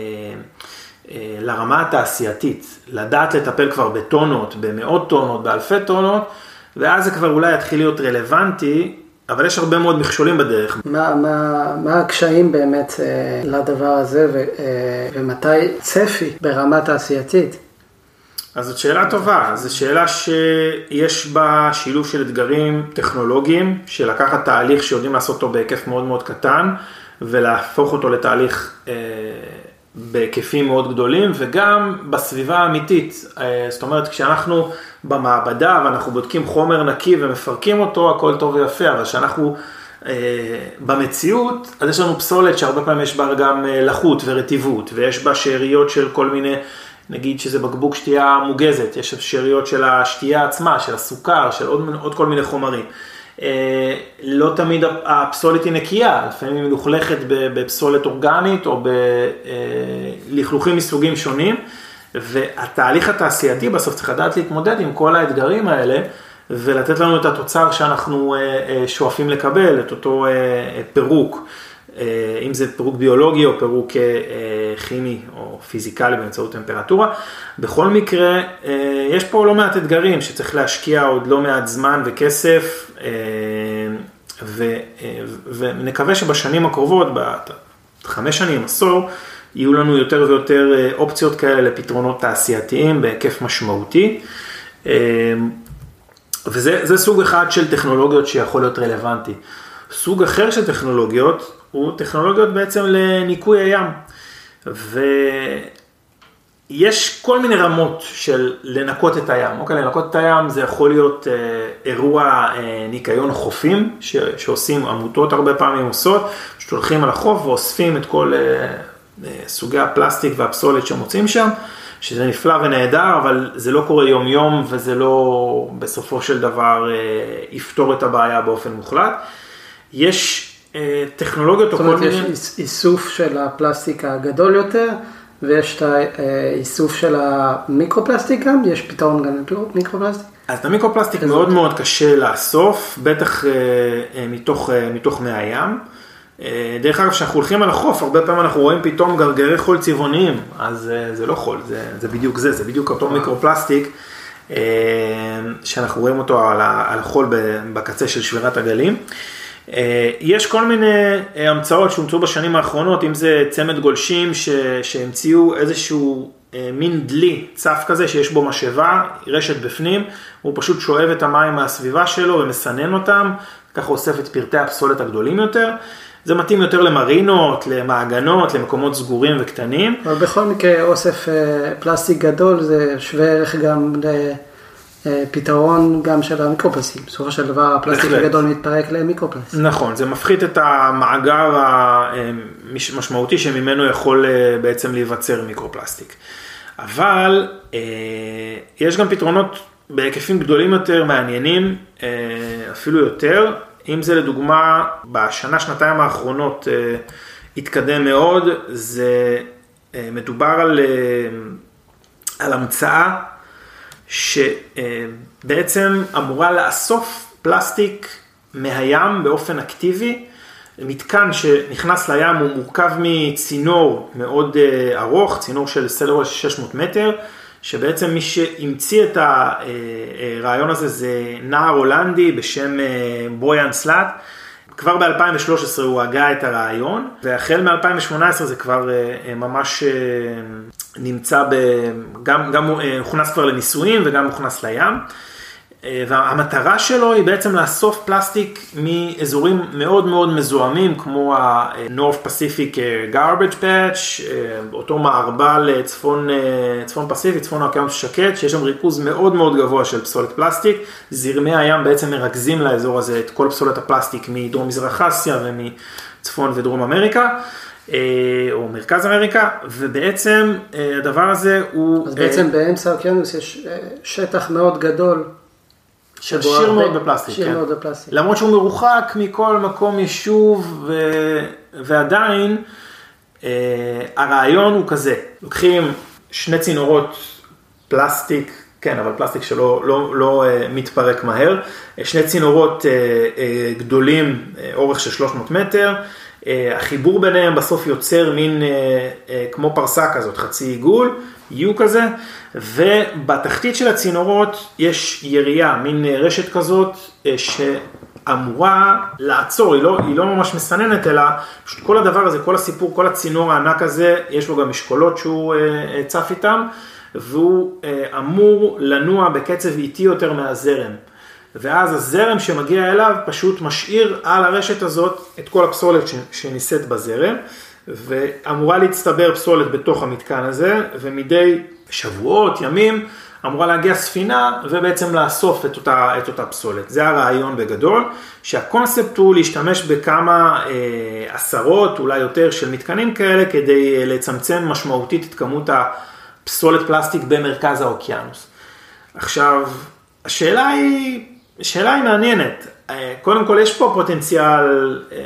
לרמה התעשייתית, לדעת לטפל כבר בטונות, במאות טונות, באלפי טונות, ואז זה כבר אולי יתחיל להיות רלוונטי, אבל יש הרבה מאוד מכשולים בדרך. מה, מה, מה הקשיים באמת לדבר הזה, ו, ומתי צפי ברמה תעשייתית? אז זאת שאלה טובה, זו שאלה שיש בה שילוב של אתגרים טכנולוגיים, שלקחת תהליך שיודעים לעשות אותו בהיקף מאוד מאוד קטן, ולהפוך אותו לתהליך בהיקפים מאוד גדולים, וגם בסביבה האמיתית. זאת אומרת, כשאנחנו במעבדה ואנחנו בודקים חומר נקי ומפרקים אותו, הכל טוב ויפה, אבל כשאנחנו במציאות, אז יש לנו פסולת שהרבה פעמים יש בה גם לחות ורטיבות, ויש בה שאריות של כל מיני, נגיד שזה בקבוק שתייה מוגזת, יש שאריות של השתייה עצמה, של הסוכר, של עוד, עוד כל מיני חומרים. לא תמיד הפסולת היא נקייה, לפעמים היא מלוכלכת בפסולת אורגנית או בלכלוכים מסוגים שונים, והתהליך התעשייתי בסוף צריך לדעת להתמודד עם כל האתגרים האלה, ולתת לנו את התוצר שאנחנו שואפים לקבל, את אותו פירוק, אם זה פירוק ביולוגי או פירוק כימי או פיזיקלי באמצעות טמפרטורה. בכל מקרה, יש פה לא מעט אתגרים שצריך להשקיע עוד לא מעט זמן וכסף, ונקווה שבשנים הקרובות, בחמש שנים, עשור, יהיו לנו יותר ויותר אופציות כאלה לפתרונות תעשייתיים בהיקף משמעותי. וזה זה סוג אחד של טכנולוגיות שיכול להיות רלוונטי. סוג אחר של טכנולוגיות הוא טכנולוגיות בעצם לניקוי הים. ויש כל מיני רמות של לנקות את הים. אוקיי, לנקות את הים זה יכול להיות אה, אירוע אה, ניקיון חופים, ש, שעושים עמותות הרבה פעמים עושות, שתולכים על החוף ואוספים את כל אה, אה, סוגי הפלסטיק והפסולת שמוצאים שם, שזה נפלא ונהדר, אבל זה לא קורה יום יום, וזה לא בסופו של דבר אה, יפתור את הבעיה באופן מוחלט. יש אה, טכנולוגיות או כל מיני... זאת אומרת, יש איסוף של הפלסטיק הגדול יותר, ויש את האיסוף של המיקרופלסטיק גם, יש פתרון גם למיקרופלסטיק? אז את המיקרופלסטיק מאוד מאוד קשה לאסוף, בטח אה, אה, מתוך, אה, מתוך מי הים. דרך אגב, כשאנחנו הולכים על החוף, הרבה פעמים אנחנו רואים פתאום גרגרי חול צבעוניים, אז זה לא חול, זה, זה בדיוק זה, זה בדיוק אותו מיקרופלסטיק, שאנחנו רואים אותו על החול בקצה של שבירת הגלים. יש כל מיני המצאות שהומצאו בשנים האחרונות, אם זה צמד גולשים שהמציאו איזשהו מין דלי צף כזה שיש בו משאבה, רשת בפנים, הוא פשוט שואב את המים מהסביבה שלו ומסנן אותם, ככה אוסף את פרטי הפסולת הגדולים יותר. זה מתאים יותר למרינות, למעגנות, למקומות סגורים וקטנים. אבל בכל מקרה אוסף פלסטיק גדול זה שווה ערך גם לפתרון גם של המיקרופלסטיק. בסופו של דבר הפלסטיק הגדול מתפרק למיקרופלסטיק. נכון, זה מפחית את המאגר המשמעותי שממנו יכול בעצם להיווצר מיקרופלסטיק. אבל יש גם פתרונות בהיקפים גדולים יותר, מעניינים, אפילו יותר. אם זה לדוגמה, בשנה, שנתיים האחרונות התקדם מאוד, זה מדובר על, על המצאה שבעצם אמורה לאסוף פלסטיק מהים באופן אקטיבי. מתקן שנכנס לים הוא מורכב מצינור מאוד ארוך, צינור של סדר גודל שש מאות מטר, שבעצם מי שהמציא את הרעיון הזה זה נער הולנדי בשם בויאן סלאט. כבר ב-אלפיים ושלוש עשרה הוא הגה את הרעיון, והחל מ-אלפיים ושמונה עשרה זה כבר ממש נמצא, גם, גם הוכנס כבר לניסויים וגם הוכנס לים. והמטרה שלו היא בעצם לאסוף פלסטיק מאזורים מאוד מאוד מזוהמים, כמו ה-North Pacific Garbage Patch, אותו מערבל צפון, צפון פסיפיק, צפון האוקיינוס שקט, שיש שם ריכוז מאוד מאוד גבוה של פסולת פלסטיק. זרמי הים בעצם מרכזים לאזור הזה את כל פסולת הפלסטיק מדרום מזרח אסיה ומצפון ודרום אמריקה, או מרכז אמריקה, ובעצם הדבר הזה הוא... אז בעצם באמצע האוקיינוס יש שטח מאוד גדול, שיר מאוד בפלסטיק, שיר כן. מאוד בפלסטיק. למרות שהוא מרוחק מכל מקום יישוב, ו... ועדיין אה, הרעיון הוא כזה, לוקחים שני צינורות פלסטיק, כן, אבל פלסטיק שלא לא, לא, אה, מתפרק מהר, שני צינורות אה, אה, גדולים, אה, אורך של שלוש מאות מטר, אה, החיבור ביניהם בסוף יוצר מין אה, אה, כמו פרסה כזאת, חצי עיגול, יהיו כזה, ובתחתית של הצינורות יש ירייה, מין רשת כזאת שאמורה לעצור, היא לא, היא לא ממש מסננת, אלא פשוט כל הדבר הזה, כל הסיפור, כל הצינור הענק הזה, יש לו גם משקולות שהוא צף איתם, והוא אמור לנוע בקצב איטי יותר מהזרם. ואז הזרם שמגיע אליו פשוט משאיר על הרשת הזאת את כל הפסולת שניסית בזרם, ואמורה להצטבר פסולת בתוך המתקן הזה, ומדי שבועות, ימים, אמורה להגיע ספינה, ובעצם לאסוף את אותה, את אותה פסולת. זה הרעיון בגדול, שהקונספט הוא להשתמש בכמה אה, עשרות, אולי יותר, של מתקנים כאלה, כדי לצמצם משמעותית את כמות הפסולת פלסטיק במרכז האוקיינוס. עכשיו, השאלה היא, השאלה היא מעניינת. קודם כל, יש פה פוטנציאל אה,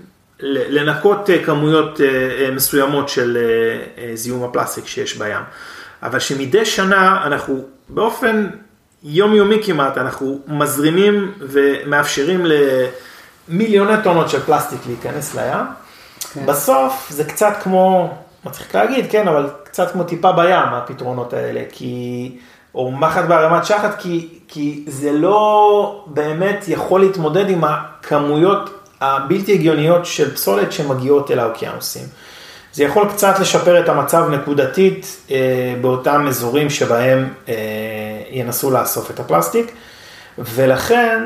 לנקות כמויות מסוימות של זיהום הפלסטיק שיש בים. אבל שמדי שנה אנחנו באופן יומיומי כמעט, אנחנו מזרימים ומאפשרים למיליוני טונות של פלסטיק להיכנס לים. כן. בסוף זה קצת כמו, מה צריך להגיד, כן, אבל קצת כמו טיפה בים הפתרונות האלה, כי, או מחט בערימת שחת, כי, כי זה לא באמת יכול להתמודד עם הכמויות הבלתי הגיוניות של פסולת שמגיעות אל האוקיינוסים. זה יכול קצת לשפר את המצב נקודתית אה, באותם אזורים שבהם אה, ינסו לאסוף את הפלסטיק, ולכן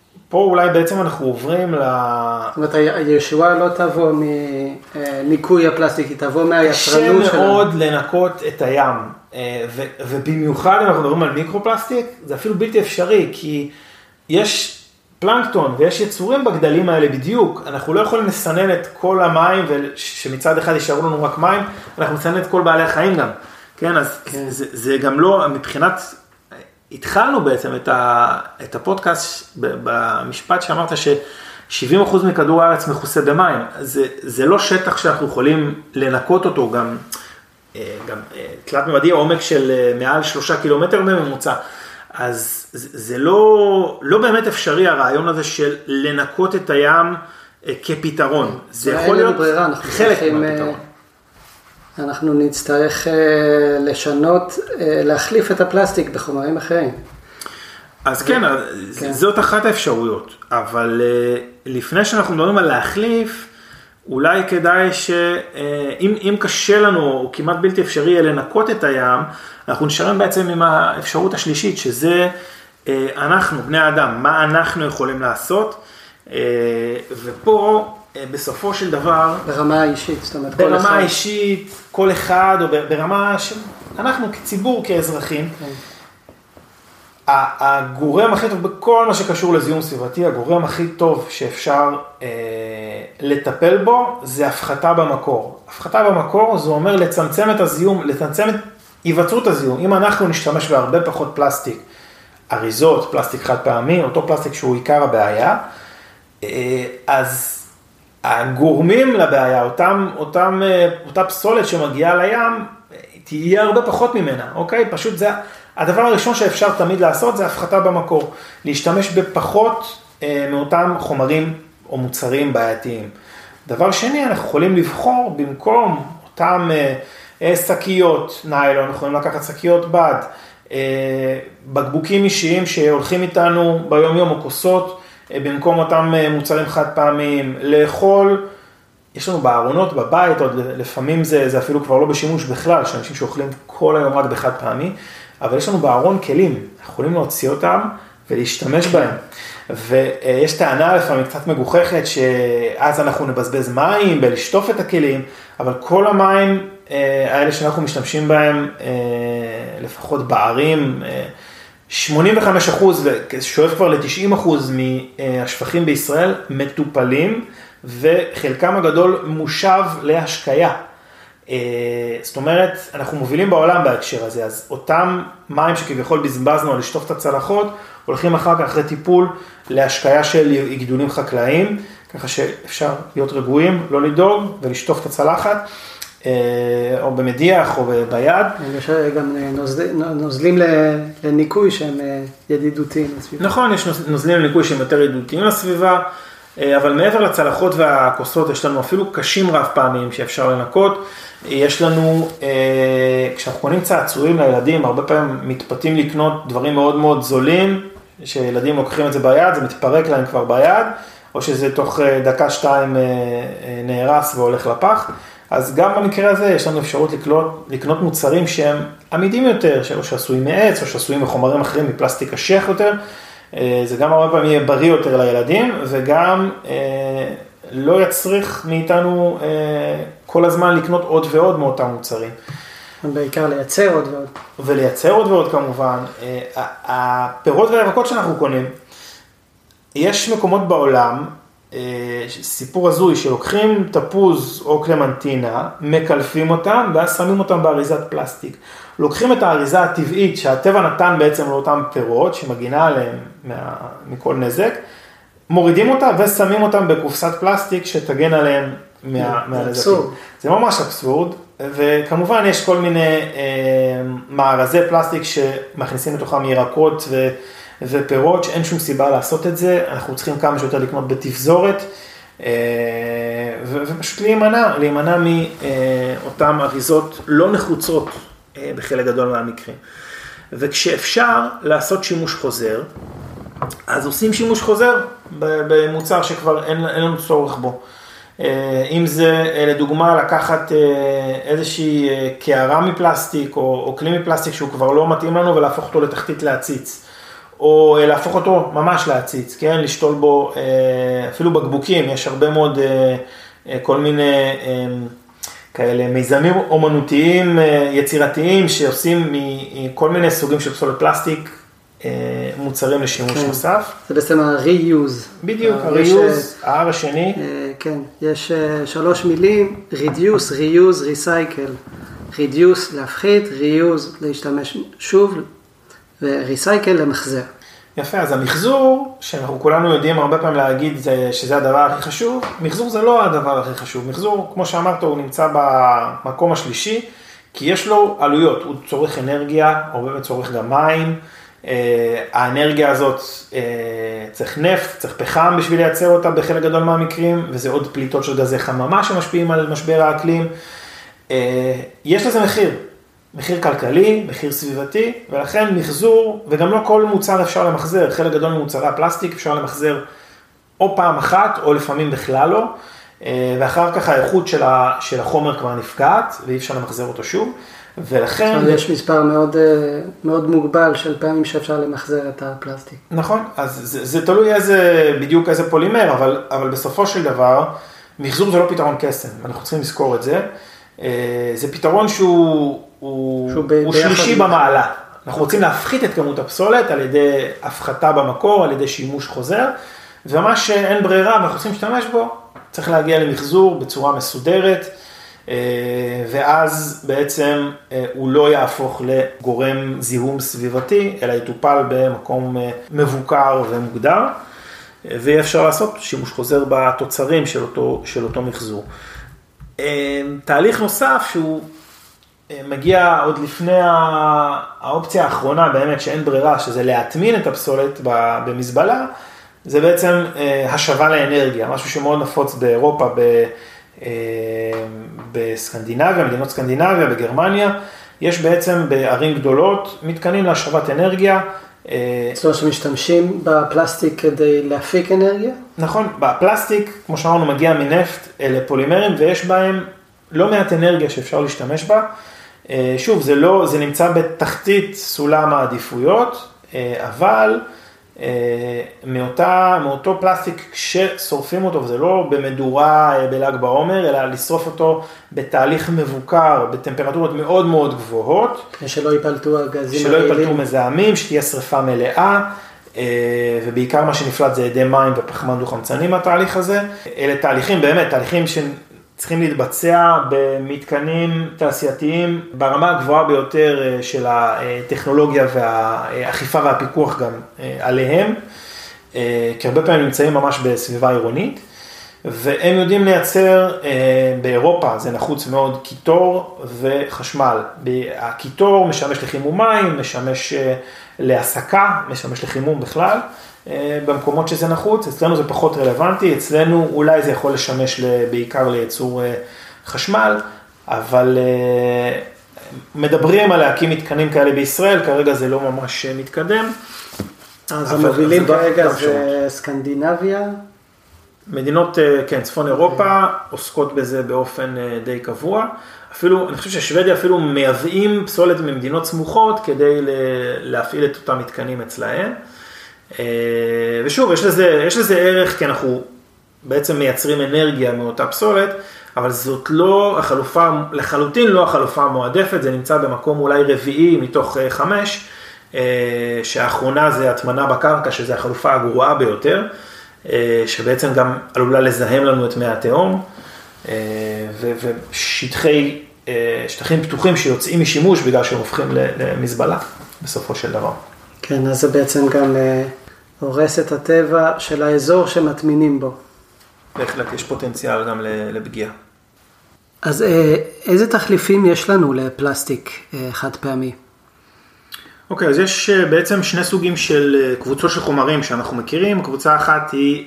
פה אולי בעצם אנחנו עוברים ל... זאת אומרת, הישועה לא תבוא מניקוי הפלסטיק, היא תבוא מהיצרנות קשה שלה. מאוד לנקות את הים, ו- ובמיוחד אם אנחנו מדברים על מיקרופלסטיק, זה אפילו בלתי אפשרי, כי יש פלנקטון ויש יצורים בגדלים האלה בדיוק, אנחנו לא יכולים לסנן את כל המים, ושמצד אחד יישארו לנו רק מים, אנחנו נסנן את כל בעלי החיים גם, כן, אז כן. זה, זה גם לא, מבחינת, התחלנו בעצם את, ה, את הפודקאסט במשפט שאמרת ש-שבעים אחוז מכדור הארץ מכוסה במים, זה, זה לא שטח שאנחנו יכולים לנקות אותו, גם, גם תלת ממדי העומק של מעל שלושה קילומטר בממוצע, אז זה לא, לא באמת אפשרי הרעיון הזה של לנקות את הים כפתרון. זה יכול להיות חלק מהפתרון. אנחנו נצטרך לשנות, להחליף את הפלסטיק בחומרים אחרים. אז כן, זאת אחת האפשרויות, אבל לפני שאנחנו מדברים על להחליף, אולי כדאי שאם קשה לנו, או כמעט בלתי אפשרי לנקות את הים, אנחנו נשארים בעצם עם האפשרות השלישית, שזה אנחנו, בני האדם, מה אנחנו יכולים לעשות, ופה בסופו של דבר... ברמה האישית, זאת אומרת, כל אחד. ברמה האישית, כל אחד, או ברמה שאנחנו כציבור, כאזרחים, הגורם הכי טוב בכל מה שקשור לזיהום סביבתי, הגורם הכי טוב שאפשר אה, לטפל בו, זה הפחתה במקור. הפחתה במקור זה אומר לצמצם את הזיהום, לצמצם את היווצרות הזיהום. אם אנחנו נשתמש בהרבה פחות פלסטיק, אריזות, פלסטיק חד פעמי, אותו פלסטיק שהוא עיקר הבעיה, אה, אז הגורמים לבעיה, אותם, אותם, אותה פסולת שמגיעה לים, תהיה הרבה פחות ממנה, אוקיי? פשוט זה... הדבר הראשון שאפשר תמיד לעשות זה הפחתה במקור, להשתמש בפחות אה, מאותם חומרים או מוצרים בעייתיים. דבר שני, אנחנו יכולים לבחור במקום אותם אה, שקיות ניילון, אנחנו יכולים לקחת שקיות בד, אה, בקבוקים אישיים שהולכים איתנו ביום יום או כוסות, אה, במקום אותם אה, מוצרים חד פעמיים, לאכול, יש לנו בארונות בבית, עוד לפעמים זה, זה אפילו כבר לא בשימוש בכלל, שאנשים שאוכלים כל היום רק בחד פעמי, אבל יש לנו בארון כלים, אנחנו יכולים להוציא אותם ולהשתמש בהם. ויש טענה לפעמים קצת מגוחכת, שאז אנחנו נבזבז מים בלשטוף את הכלים, אבל כל המים האלה שאנחנו משתמשים בהם, לפחות בערים, שמונים וחמישה אחוז, ושואף כבר ל-תשעים אחוז מהשפכים בישראל, מטופלים, וחלקם הגדול מושב להשקיה. זאת אומרת, אנחנו מובילים בעולם בהקשר הזה, אז אותם מים שכביכול בזבזנו על לשטוף את הצלחות, הולכים אחר כך אחרי טיפול להשקיה של גידולים חקלאיים, ככה שאפשר להיות רגועים, לא לדאוג ולשטוף את הצלחת, או במדיח או ביד. יש גם נוזלים לניקוי שהם ידידותיים לסביבה. נכון, יש נוזלים לניקוי שהם יותר ידידותיים לסביבה, אבל מעבר לצלחות והכוסות, יש לנו אפילו קשים רב פעמים שאפשר לנקות. יש לנו, כשאנחנו קונים צעצועים לילדים, הרבה פעמים מתפתים לקנות דברים מאוד מאוד זולים, שילדים לוקחים את זה ביד, זה מתפרק להם כבר ביד, או שזה תוך דקה שתיים נהרס והולך לפח. אז גם במקרה הזה יש לנו אפשרות לקנות, לקנות מוצרים שהם עמידים יותר, או שעשויים מעץ, או שעשויים מחומרים אחרים, מפלסטיק קשח יותר. זה גם הרבה פעמים יהיה בריא יותר לילדים, וגם לא יצריך מאיתנו כל הזמן לקנות עוד ועוד מאותם מוצרים. בעיקר לייצר עוד ועוד. ולייצר עוד ועוד כמובן. הפירות והירקות שאנחנו קונים, יש מקומות בעולם, סיפור הזוי, שלוקחים תפוז או קלמנטינה, מקלפים אותם, ואז שמים אותם באריזת פלסטיק. לוקחים את האריזה הטבעית שהטבע נתן בעצם לאותם פירות, שמגינה עליהם מה, מכל נזק, מורידים אותה ושמים אותם בקופסת פלסטיק שתגן עליהם מה, מהנזקים. זה ממש אבסורד, וכמובן יש כל מיני אה, מארזי פלסטיק שמכניסים לתוכם ירקות ו, ופירות, שאין שום סיבה לעשות את זה, אנחנו צריכים כמה שיותר לקנות בתפזורת, אה, ו, ופשוט להימנע, להימנע מאותם אריזות לא נחוצות, בחלק גדול מהמקרים. וכשאפשר לעשות שימוש חוזר, אז עושים שימוש חוזר במוצר שכבר אין, אין לנו צורך בו. אם זה לדוגמה לקחת איזושהי קערה מפלסטיק או, או כלי מפלסטיק שהוא כבר לא מתאים לנו ולהפוך אותו לתחתית להציץ. או להפוך אותו ממש להציץ, כן? לשתול בו אפילו בקבוקים, יש הרבה מאוד כל מיני כאלה מיזמים אומנותיים יצירתיים שעושים מכל מיני סוגים של פסולת פלסטיק מוצרים לשימוש כן. נוסף. זה בעצם ה-reuse. בדיוק, ה-reuse, ה-R השני. כן, יש שלוש מילים, reduce, reuse, recycle. reduce להפחית, reuse להשתמש שוב, ו-recycle למחזר. יפה, אז המחזור, שאנחנו כולנו יודעים הרבה פעמים להגיד שזה הדבר הכי חשוב, מחזור זה לא הדבר הכי חשוב. מחזור, כמו שאמרת, הוא נמצא במקום השלישי, כי יש לו עלויות, הוא צורך אנרגיה, הרבה פעמים צורך גם מים, האנרגיה הזאת צריך נפט, צריך פחם בשביל לייצר אותה בחלק גדול מהמקרים, וזה עוד פליטות של גזי חממה שמשפיעים על משבר האקלים. יש לזה מחיר, מחיר כלכלי, מחיר סביבתי, ולכן מחזור, וגם לא כל מוצר אפשר למחזר, חלק גדול ממוצרי הפלסטיק אפשר למחזר או פעם אחת, או לפעמים בכלל לא, ואחר כך האיכות של החומר כבר נפגעת, ואי אפשר למחזר אותו שוב. ולכן... יש מספר מאוד, מאוד מוגבל של פעמים שאפשר למחזר את הפלסטיק. נכון, אז זה, זה תלוי איזה, בדיוק איזה פולימר, אבל, אבל בסופו של דבר, מחזור זה לא פתרון קסם, אנחנו צריכים לזכור את זה. זה פתרון שהוא, הוא, שהוא, הוא שלישי במעלה. אנחנו רוצים להפחית את כמות הפסולת על ידי הפחתה במקור, על ידי שימוש חוזר, ומה שאין ברירה ואנחנו צריכים להשתמש בו, צריך להגיע למחזור בצורה מסודרת, ואז בעצם הוא לא יהפוך לגורם זיהום סביבתי, אלא יטופל במקום מבוקר ומוגדר, ויהיה אפשר לעשות שימוש חוזר בתוצרים של אותו, של אותו מחזור. תהליך נוסף שהוא מגיע עוד לפני האופציה האחרונה, באמת שאין ברירה, שזה להטמין את הפסולת במזבלה, זה בעצם השבה לאנרגיה, משהו שמאוד נפוץ באירופה, ב... בסקנדינביה, מדינות סקנדינביה, בגרמניה, יש בעצם בערים גדולות מתקנים להשבת אנרגיה. זאת אומרת שמשתמשים בפלסטיק כדי להפיק אנרגיה? נכון, בפלסטיק, כמו שאמרנו, מגיע מנפט לפולימרים, ויש בהם לא מעט אנרגיה שאפשר להשתמש בה. שוב, זה לא, זה נמצא בתחתית סולם העדיפויות, אבל מאותה, מאותו פלסטיק כששורפים אותו, וזה לא במדורה בל"ג בעומר, אלא לשרוף אותו בתהליך מבוקר, בטמפרטורות מאוד מאוד גבוהות. שלא ייפלטו הגזים שלא ייפלטו מזהמים, שתהיה שריפה מלאה, ובעיקר מה שנפלט זה ידי מים ופחמן דו-חמצני מהתהליך הזה. אלה תהליכים, באמת, תהליכים שצריכים להתבצע במתקנים תעשייתיים ברמה הגבוהה ביותר של הטכנולוגיה והאכיפה והפיקוח גם עליהם, כי הרבה פעמים נמצאים ממש בסביבה עירונית, והם יודעים לייצר באירופה, זה נחוץ מאוד, קיטור וחשמל. הקיטור משמש לחימום מים, משמש להסקה, משמש לחימום בכלל, במקומות שזה נחוץ. אצלנו זה פחות רלוונטי, אצלנו אולי זה יכול לשמש בעיקר לייצור חשמל, אבל מדברים על להקים מתקנים כאלה בישראל, כרגע זה לא ממש מתקדם. אז המובילים כרגע זה סקנדינביה? מדינות, כן, צפון אירופה עוסקות בזה באופן די קבוע. אפילו, אני חושב ששוודיה אפילו מייבאים פסולת ממדינות סמוכות כדי להפעיל את אותם מתקנים אצלהם. ושוב, יש לזה, יש לזה ערך כי אנחנו בעצם מייצרים אנרגיה מאותה פסולת, אבל זאת לא החלופה, לחלוטין לא החלופה המועדפת, זה נמצא במקום אולי רביעי מתוך חמש, שהאחרונה זה הטמנה בקרקע, שזה החלופה הגרועה ביותר, שבעצם גם עלולה לזהם לנו את מי התהום, ושטחי, שטחים פתוחים שיוצאים משימוש בגלל שהם הופכים למזבלה בסופו של דבר. כן, אז זה בעצם גם הורס את הטבע של האזור שמטמינים בו. בהחלט, יש פוטנציאל גם לפגיעה. אז איזה תחליפים יש לנו לפלסטיק חד פעמי? אוקיי, אז יש בעצם שני סוגים של קבוצות של חומרים שאנחנו מכירים. קבוצה אחת היא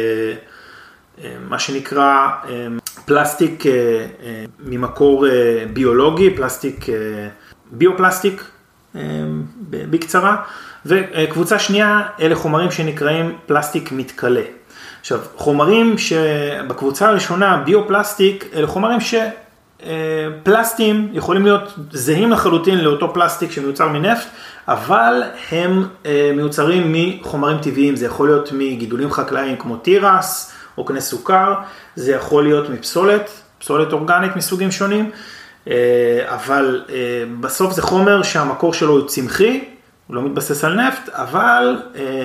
מה שנקרא פלסטיק ממקור ביולוגי, פלסטיק, ביופלסטיק בקצרה, וקבוצה שנייה אלה חומרים שנקראים פלסטיק מתכלה. עכשיו, חומרים שבקבוצה הראשונה, ביופלסטיק, אלה חומרים פלסטים יכולים להיות זהים לחלוטין לאותו פלסטיק שמיוצר מנפט, אבל הם מיוצרים מחומרים טבעיים, זה יכול להיות מגידולים חקלאיים כמו תירס או קנה סוכר, זה יכול להיות מפסולת, פסולת אורגנית מסוגים שונים, אבל בסוף זה חומר שהמקור שלו הוא צמחי, הוא לא מתבסס על נפט, אבל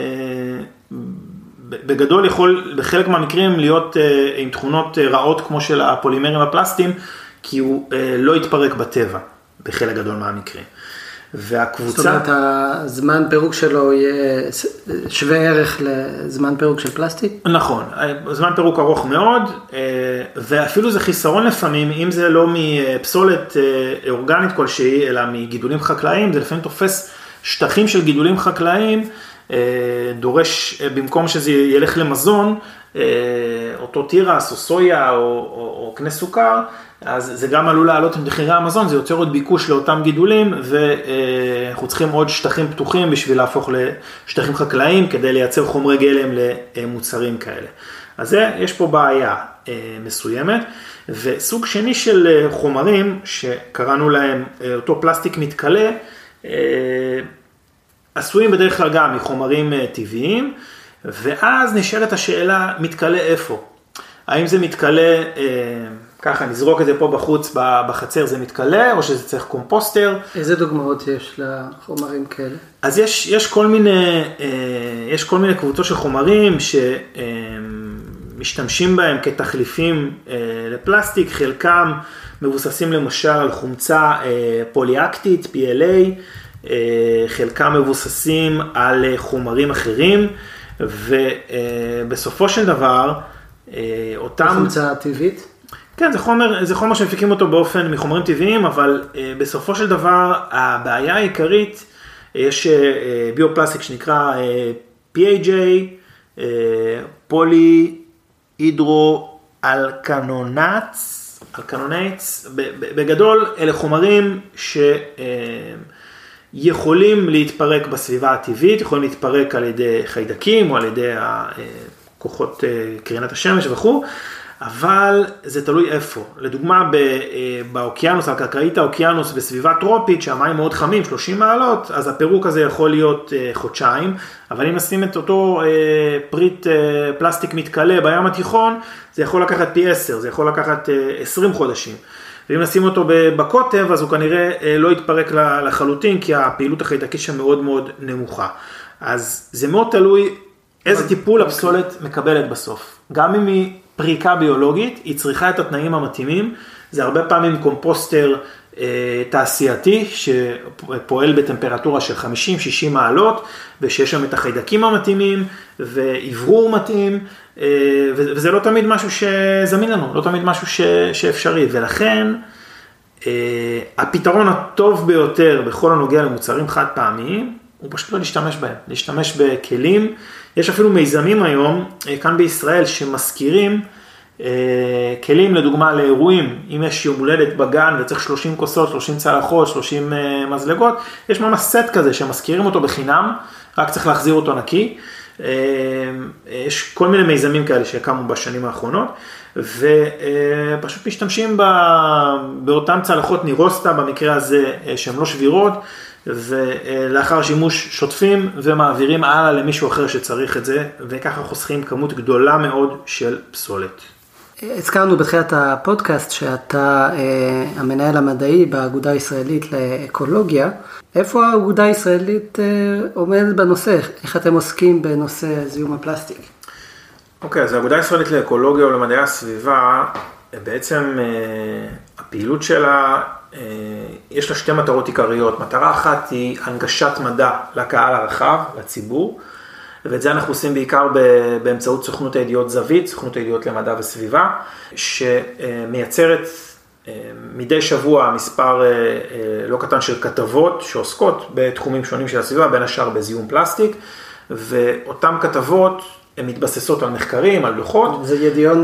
בגדול יכול בחלק מהמקרים להיות עם תכונות רעות כמו של הפולימרים הפלסטיים, כי הוא לא יתפרק בטבע בחלק גדול מהמקרים. והקבוצה... זאת אומרת, הזמן פירוק שלו יהיה שווה ערך לזמן פירוק של פלסטיק? נכון, זמן פירוק ארוך מאוד, ואפילו זה חיסרון לפעמים, אם זה לא מפסולת אורגנית כלשהי, אלא מגידולים חקלאיים, זה לפעמים תופס שטחים של גידולים חקלאיים, דורש, במקום שזה ילך למזון, אותו תירס או סויה או, או, או קנה סוכר, אז זה גם עלול לעלות עם מחירי המזון, זה יוצר עוד ביקוש לאותם גידולים, ואנחנו צריכים עוד שטחים פתוחים בשביל להפוך לשטחים חקלאיים, כדי לייצר חומרי גלם למוצרים כאלה. אז זה, יש פה בעיה מסוימת, וסוג שני של חומרים, שקראנו להם אותו פלסטיק מתכלה, עשויים בדרך כלל גם מחומרים טבעיים, ואז נשאלת השאלה, מתכלה איפה? האם זה מתכלה, ככה נזרוק את זה פה בחוץ, בחצר זה מתכלה, או שזה צריך קומפוסטר? איזה דוגמאות יש לחומרים כאלה? אז יש, יש כל מיני, יש כל מיני קבוצות של חומרים שמשתמשים בהם כתחליפים לפלסטיק, חלקם מבוססים למשל על חומצה פוליאקטית, פי אל איי, חלקם מבוססים על חומרים אחרים, ובסופו של דבר, אותם... חומצה טבעית? כן, זה חומר, זה חומר שמפיקים אותו באופן מחומרים טבעיים, אבל בסופו של דבר, הבעיה העיקרית, יש ביופלסטיק שנקרא פי איי ג'יי, פולי הידרו אלקנונטס, אלקנונטס, בגדול אלה חומרים ש... יכולים להתפרק בסביבה הטבעית, יכולים להתפרק על ידי חיידקים או על ידי כוחות קרינת השמש וכו', אבל זה תלוי איפה. לדוגמה, באוקיינוס, על קרקעית האוקיינוס בסביבה טרופית, שהמים מאוד חמים, שלושים מעלות, אז הפירוק הזה יכול להיות חודשיים, אבל אם נשים את אותו פריט פלסטיק מתכלה בים התיכון, זה יכול לקחת פי עשר, זה יכול לקחת עשרים חודשים. ואם נשים אותו בקוטב, אז הוא כנראה לא יתפרק לחלוטין, כי הפעילות החיידקית שם מאוד מאוד נמוכה. אז זה מאוד תלוי איזה טיפול הפסולת מקבלת בסוף. גם אם היא פריקה ביולוגית, היא צריכה את התנאים המתאימים. זה הרבה פעמים קומפוסטר תעשייתי, שפועל בטמפרטורה של חמישים שישים מעלות, ושיש שם את החיידקים המתאימים, ועברור מתאים, וזה לא תמיד משהו שזמין לנו, לא תמיד משהו שאפשרי, ולכן הפתרון הטוב ביותר בכל הנוגע למוצרים חד פעמיים, הוא פשוט לא להשתמש בהם, להשתמש בכלים. יש אפילו מיזמים היום, כאן בישראל, שמזכירים כלים לדוגמה לאירועים, אם יש יום הולדת בגן וצריך שלושים כוסות, שלושים צלחות, שלושים מזלגות, יש ממש סט כזה שמזכירים אותו בחינם, רק צריך להחזיר אותו נקי. יש כל מיני מיזמים כאלה שקמו בשנים האחרונות, ופשוט משתמשים באותן צלחות נירוסטה, במקרה הזה שהן לא שבירות, ולאחר שימוש שוטפים ומעבירים הלאה למישהו אחר שצריך את זה, וככה חוסכים כמות גדולה מאוד של פסולת. הזכרנו בתחילת הפודקאסט שאתה אה, המנהל המדעי באגודה הישראלית לאקולוגיה. איפה האגודה הישראלית אה, עומדת בנושא? איך אתם עוסקים בנושא זיהום הפלסטיק? אוקיי, אז האגודה הישראלית לאקולוגיה ולמדעי הסביבה, בעצם אה, הפעילות שלה, אה, יש לה שתי מטרות עיקריות. מטרה אחת היא הנגשת מדע לקהל הרחב, לציבור, ואת זה אנחנו עושים בעיקר באמצעות סוכנות הידיעות זווית, סוכנות הידיעות למדע וסביבה, שמייצרת מדי שבוע מספר לא קטן של כתבות שעוסקות בתחומים שונים של הסביבה, בין השאר בזיהום פלסטיק, ואותן כתבות הן מתבססות על מחקרים, על דוחות. זה ידיעון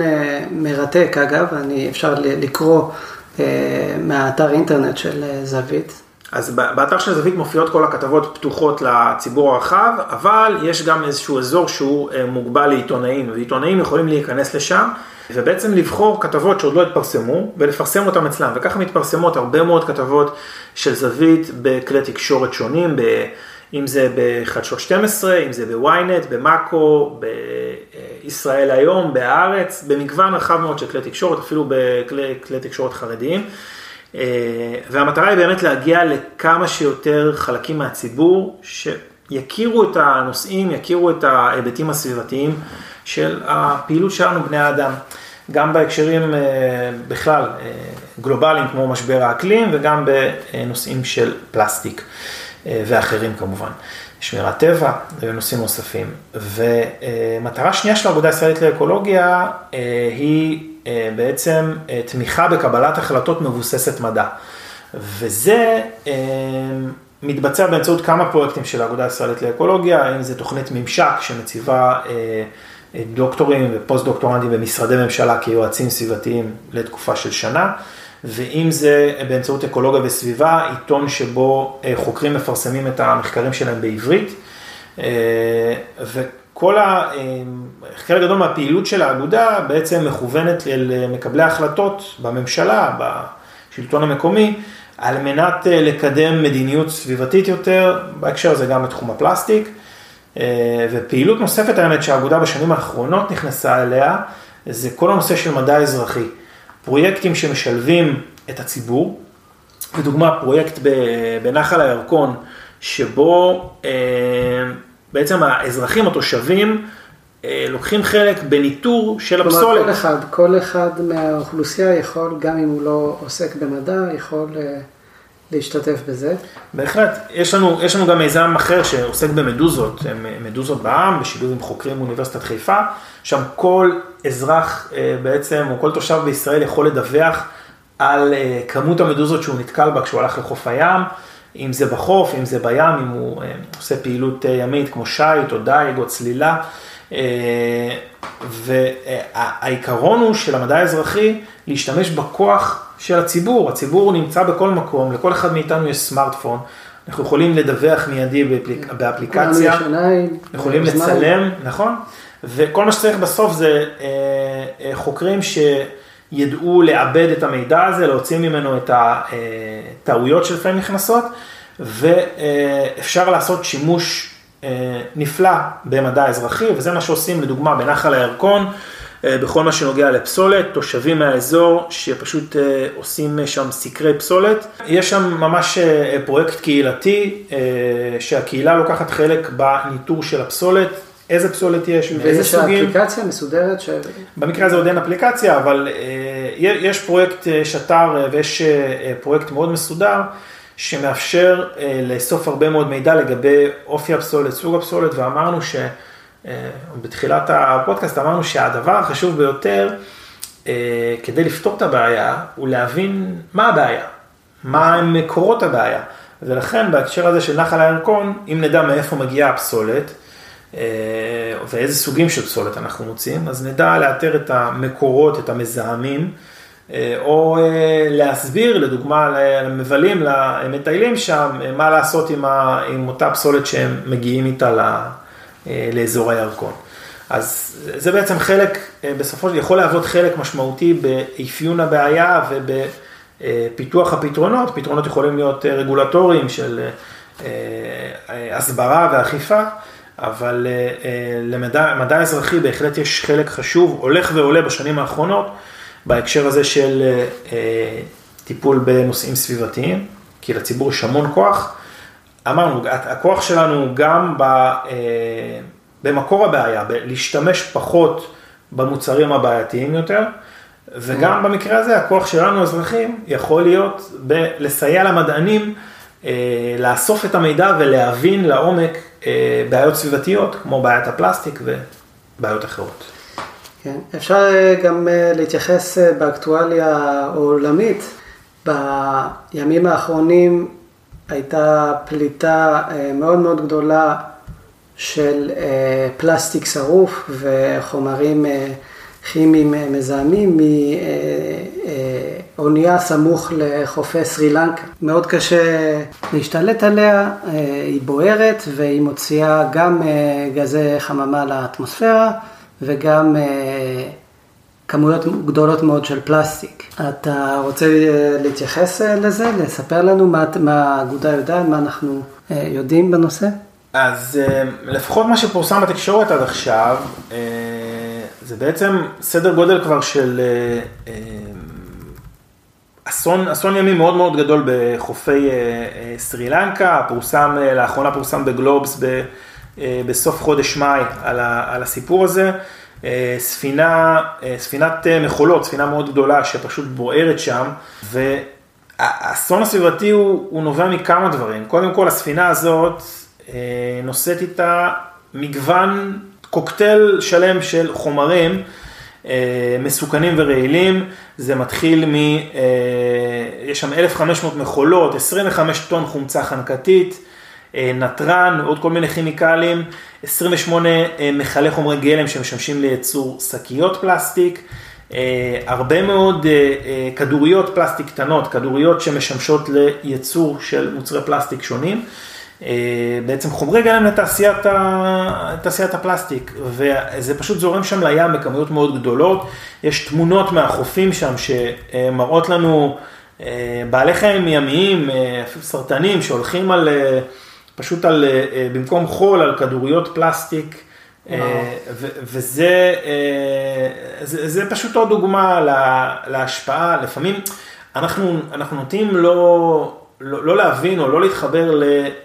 מרתק אגב, אני אפשר לקרוא מהאתר אינטרנט של זווית. אז באתר של זווית מופיעות כל הכתבות פתוחות לציבור הרחב, אבל יש גם איזשהו אזור שהוא מוגבל לעיתונאים, ועיתונאים יכולים להיכנס לשם, ובעצם לבחור כתבות שעוד לא התפרסמו, ולפרסם אותם אצלם, וככה מתפרסמות הרבה מאוד כתבות של זווית בכלי תקשורת שונים, אם זה בחדשות שתים עשרה, אם זה בוויינט, במאקו, בישראל היום, בארץ, במגוון רחב מאוד של כלי תקשורת, אפילו בכלי כלי תקשורת חרדיים. והמטרה היא באמת להגיע לכמה שיותר חלקים מהציבור, שיכירו את הנושאים, יכירו את ההיבטים הסביבתיים של הפעילות שלנו בני האדם. גם בהקשרים בכלל גלובליים כמו משבר האקלים, וגם בנושאים של פלסטיק. ואחרים כמובן, שמירת טבע ונושאים נוספים. ומטרה שנייה של האגודה הישראלית לאקולוגיה היא בעצם תמיכה בקבלת החלטות מבוססת מדע. וזה מתבצע באמצעות כמה פרויקטים של האגודה הישראלית לאקולוגיה, אם זה תוכנית ממשק שמציבה דוקטורים ופוסט דוקטורנטים במשרדי ממשלה כיועצים סביבתיים לתקופה של שנה, ואם זה באמצעות אקולוגיה וסביבה, עיתון שבו חוקרים מפרסמים את המחקרים שלהם בעברית, וכל ה... חלק גדול מהפעילות של האגודה בעצם מכוונת למקבלי ההחלטות בממשלה, בשלטון המקומי, על מנת לקדם מדיניות סביבתית יותר, בהקשר הזה גם בתחום הפלסטיק, ופעילות נוספת האמת שהאגודה בשנים האחרונות נכנסה אליה, זה כל הנושא של מדע אזרחי. פרויקטים שמשלבים את הציבור, לדוגמה פרויקט בנחל הירקון, שבו בעצם האזרחים, התושבים, לוקחים חלק בניטור של הפסולת. כלומר, כל אחד, כל אחד מהאוכלוסייה יכול, גם אם הוא לא עוסק במדע, יכול להשתתף בזה. בהחלט. יש לנו, יש לנו גם מיזם אחר שעוסק במדוזות, מדוזות בעם, בשילוב עם חוקרים מאוניברסיטת חיפה, שם כל אזרח בעצם, או כל תושב בישראל יכול לדווח על כמות המדוזות שהוא נתקל בה כשהוא הלך לחוף הים, אם זה בחוף, אם זה בים, אם הוא עושה פעילות ימית כמו שייט או דייג או צלילה. והעיקרון הוא של המדע האזרחי להשתמש בכוח של הציבור. הציבור נמצא בכל מקום, לכל אחד מאיתנו יש סמארטפון, אנחנו יכולים לדווח מיידי באפליקציה, יכולים לצלם, נכון? וכל מה שצריך בסוף זה חוקרים שידעו לעבד את המידע הזה, להוציא ממנו את הטעויות שלפעמים נכנסות, ואפשר לעשות שימוש נפלא במדע אזרחי, וזה מה שעושים לדוגמה בנחל הירקון, בכל מה שנוגע לפסולת, תושבים מהאזור שפשוט עושים שם סקרי פסולת. יש שם ממש פרויקט קהילתי, שהקהילה לוקחת חלק בניטור של הפסולת, איזה פסולת יש ואיזה סוגים. ואיזה אפליקציה מסודרת? ש... במקרה הזה עוד אין אפליקציה, אבל יש פרויקט שטר ויש פרויקט מאוד מסודר, שמאפשר לאסוף הרבה מאוד מידע לגבי אופי הפסולת, סוג הפסולת, ואמרנו ש... בתחילת הפודקאסט אמרנו שהדבר החשוב ביותר כדי לפתור את הבעיה הוא להבין מה הבעיה, מה הם מקורות הבעיה. ולכן בהקשר הזה של נחל הירקון, אם נדע מאיפה מגיעה הפסולת ואיזה סוגים של פסולת אנחנו מוצאים, אז נדע לאתר את המקורות, את המזהמים, או להסביר לדוגמה למבלים, למטיילים שם, מה לעשות עם, ה, עם אותה פסולת שהם מגיעים איתה ל... לאזור הירקון. אז זה בעצם חלק, בסופו של יכול להוות חלק משמעותי באפיון הבעיה ובפיתוח הפתרונות. פתרונות יכולים להיות רגולטוריים של הסברה ואכיפה, אבל למדע מדע אזרחי בהחלט יש חלק חשוב, הולך ועולה בשנים האחרונות, בהקשר הזה של טיפול בנושאים סביבתיים, כי לציבור יש המון כוח. אמרנו, הכוח שלנו גם במקור הבעיה, להשתמש פחות במוצרים הבעייתיים יותר, וגם במקרה הזה הכוח שלנו האזרחים יכול להיות לסייע למדענים לאסוף את המידע ולהבין לעומק בעיות סביבתיות, כמו בעיית הפלסטיק ובעיות אחרות. כן, אפשר גם להתייחס באקטואליה העולמית. בימים האחרונים הייתה פליטה מאוד מאוד גדולה של פלסטיק שרוף וחומרים כימיים מזהמים מאונייה סמוך לחופי סרי לנקה. מאוד קשה להשתלט עליה, היא בוערת והיא מוציאה גם גזי חממה לאטמוספירה וגם כמויות גדולות מאוד של פלסטיק. אתה רוצה להתייחס לזה, לספר לנו מה, מה האגודה יודעת, מה אנחנו יודעים בנושא? אז לפחות מה שפורסם בתקשורת עד עכשיו, זה בעצם סדר גודל כבר של אסון, אסון ימי מאוד מאוד גדול בחופי סרי לנקה, פורסם, לאחרונה פורסם בגלובס בסוף חודש מאי על, ה, על הסיפור הזה. ספינה, ספינת מחולות, ספינה מאוד גדולה שפשוט בוערת שם, והאסון הסביבתי הוא, הוא נובע מכמה דברים. קודם כל, הספינה הזאת נושאת איתה מגוון, קוקטייל שלם של חומרים מסוכנים ורעילים. זה מתחיל מ... יש שם אלף וחמש מאות מחולות, עשרים וחמש טון חומצה חנקתית, נטרן, עוד כל מיני כימיקלים, עשרים ושמונה מכלי חומרי גלם שמשמשים לייצור שקיות פלסטיק, הרבה מאוד כדוריות פלסטיק קטנות, כדוריות שמשמשות לייצור של מוצרי פלסטיק שונים, בעצם חומרי גלם לתעשיית, לתעשיית הפלסטיק, וזה פשוט זורם שם לים בכמויות מאוד גדולות. יש תמונות מהחופים שם שמראות לנו בעלי חיים ימיים, סרטנים שהולכים על... פשוט על, במקום חול, על כדוריות פלסטיק, ו- וזה זה, זה פשוט עוד דוגמה לה, להשפעה. לפעמים אנחנו, אנחנו נוטים לא, לא, לא להבין או לא להתחבר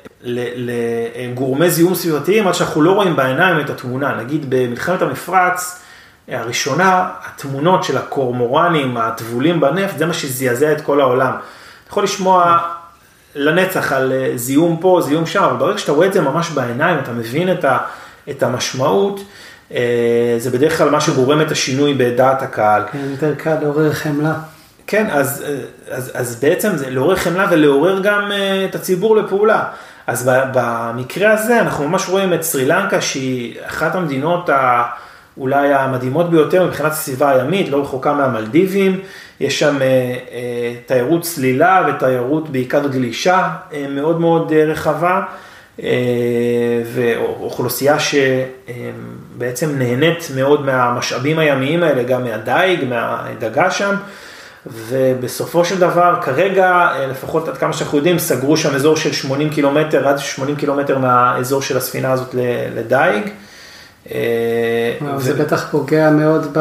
לגורמי זיהום סביבתיים, עד שאנחנו לא רואים בעיניים את התמונה. נגיד במלחמת המפרץ הראשונה, התמונות של הקורמורנים, הטבולים בנפט, זה מה שזעזע את כל העולם. אתה יכול לשמוע לנצח על זיהום פה, זיהום שם, אבל ברגע שאתה רואה את זה ממש בעיניים, אתה מבין את, ה, את המשמעות, זה בדרך כלל מה שגורם את השינוי בדעת הקהל. כן, יותר קל לעורר חמלה. כן, אז, אז, אז בעצם זה לעורר חמלה ולעורר גם את הציבור לפעולה. אז במקרה הזה אנחנו ממש רואים את סרי לנקה, שהיא אחת המדינות ה... אולי המדהימות ביותר מבחינת הסביבה הימית, לא רחוקה מהמלדיבים, יש שם אה, אה, תיירות צלילה ותיירות בעיקר גלישה אה, מאוד מאוד אה, רחבה, אה, ואוכלוסייה שבעצם נהנית מאוד מהמשאבים הימיים האלה, גם מהדייג, מהדגה שם, ובסופו של דבר, כרגע, לפחות עד כמה שאנחנו יודעים, סגרו שם אזור של שמונים קילומטר, עד שמונים קילומטר מהאזור של הספינה הזאת לדייג. זה בטח פוגע מאוד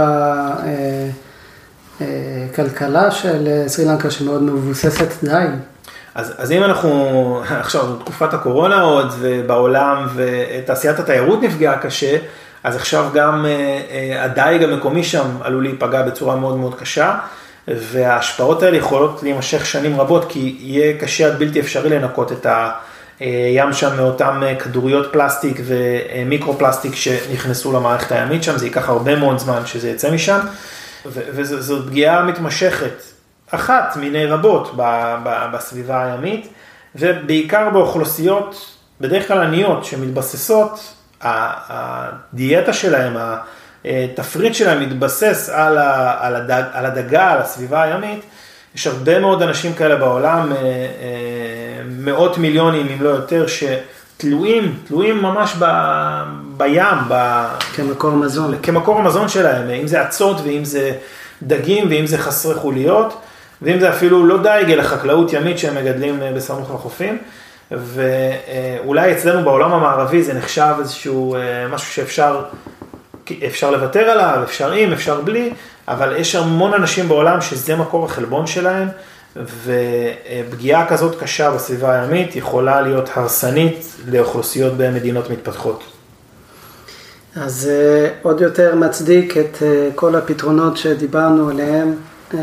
בכלכלה של סרי לנקה שמאוד מבוססת דייג. אז, אז אם אנחנו, עכשיו, תקופת הקורונה עוד, ובעולם, ותעשיית התיירות נפגעה קשה, אז עכשיו גם הדייג המקומי שם עלול להיפגע בצורה מאוד מאוד קשה, וההשפעות האלה יכולות להימשך שנים רבות, כי יהיה קשה עד בלתי אפשרי לנקות את ה... ים שם מאותם כדוריות פלסטיק ומיקרו-פלסטיק שנכנסו למערכת הימית שם, זה ייקח הרבה מאוד זמן שזה יצא משם, וזו פגיעה מתמשכת, אחת מיני רבות בסביבה הימית, ובעיקר באוכלוסיות, בדרך כלל עניות, שמתבססות, הדיאטה שלהם, התפריט שלהם מתבסס על הדגה, על הסביבה הימית. יש הרבה מאוד אנשים כאלה בעולם, מאות מיליונים אם לא יותר, שתלויים, תלויים ממש ב, בים. ב, כמקור מזון. כמקור המזון שלהם, אם זה עצות ואם זה דגים ואם זה חסרי חוליות, ואם זה אפילו לא דייג, אלא חקלאות ימית שהם מגדלים בסמוך לחופים. ואולי אצלנו בעולם המערבי זה נחשב איזשהו משהו שאפשר אפשר לוותר עליו, אפשר עם, אפשר בלי, אבל יש המון אנשים בעולם שזה מקור החלבון שלהם, ופגיעה כזאת קשה בסביבה הימית יכולה להיות הרסנית לאוכלוסיות במדינות מתפתחות. אז עוד יותר מצדיק את כל הפתרונות שדיברנו עליהם,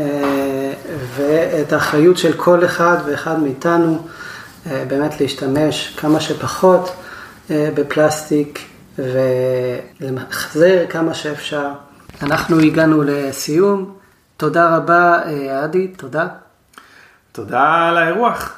ואת האחריות של כל אחד ואחד מאיתנו, באמת להשתמש כמה שפחות בפלסטיק, ולמחזר כמה שאפשר. אנחנו הגענו לסיום. תודה רבה, עדי, תודה. תודה על האירוח.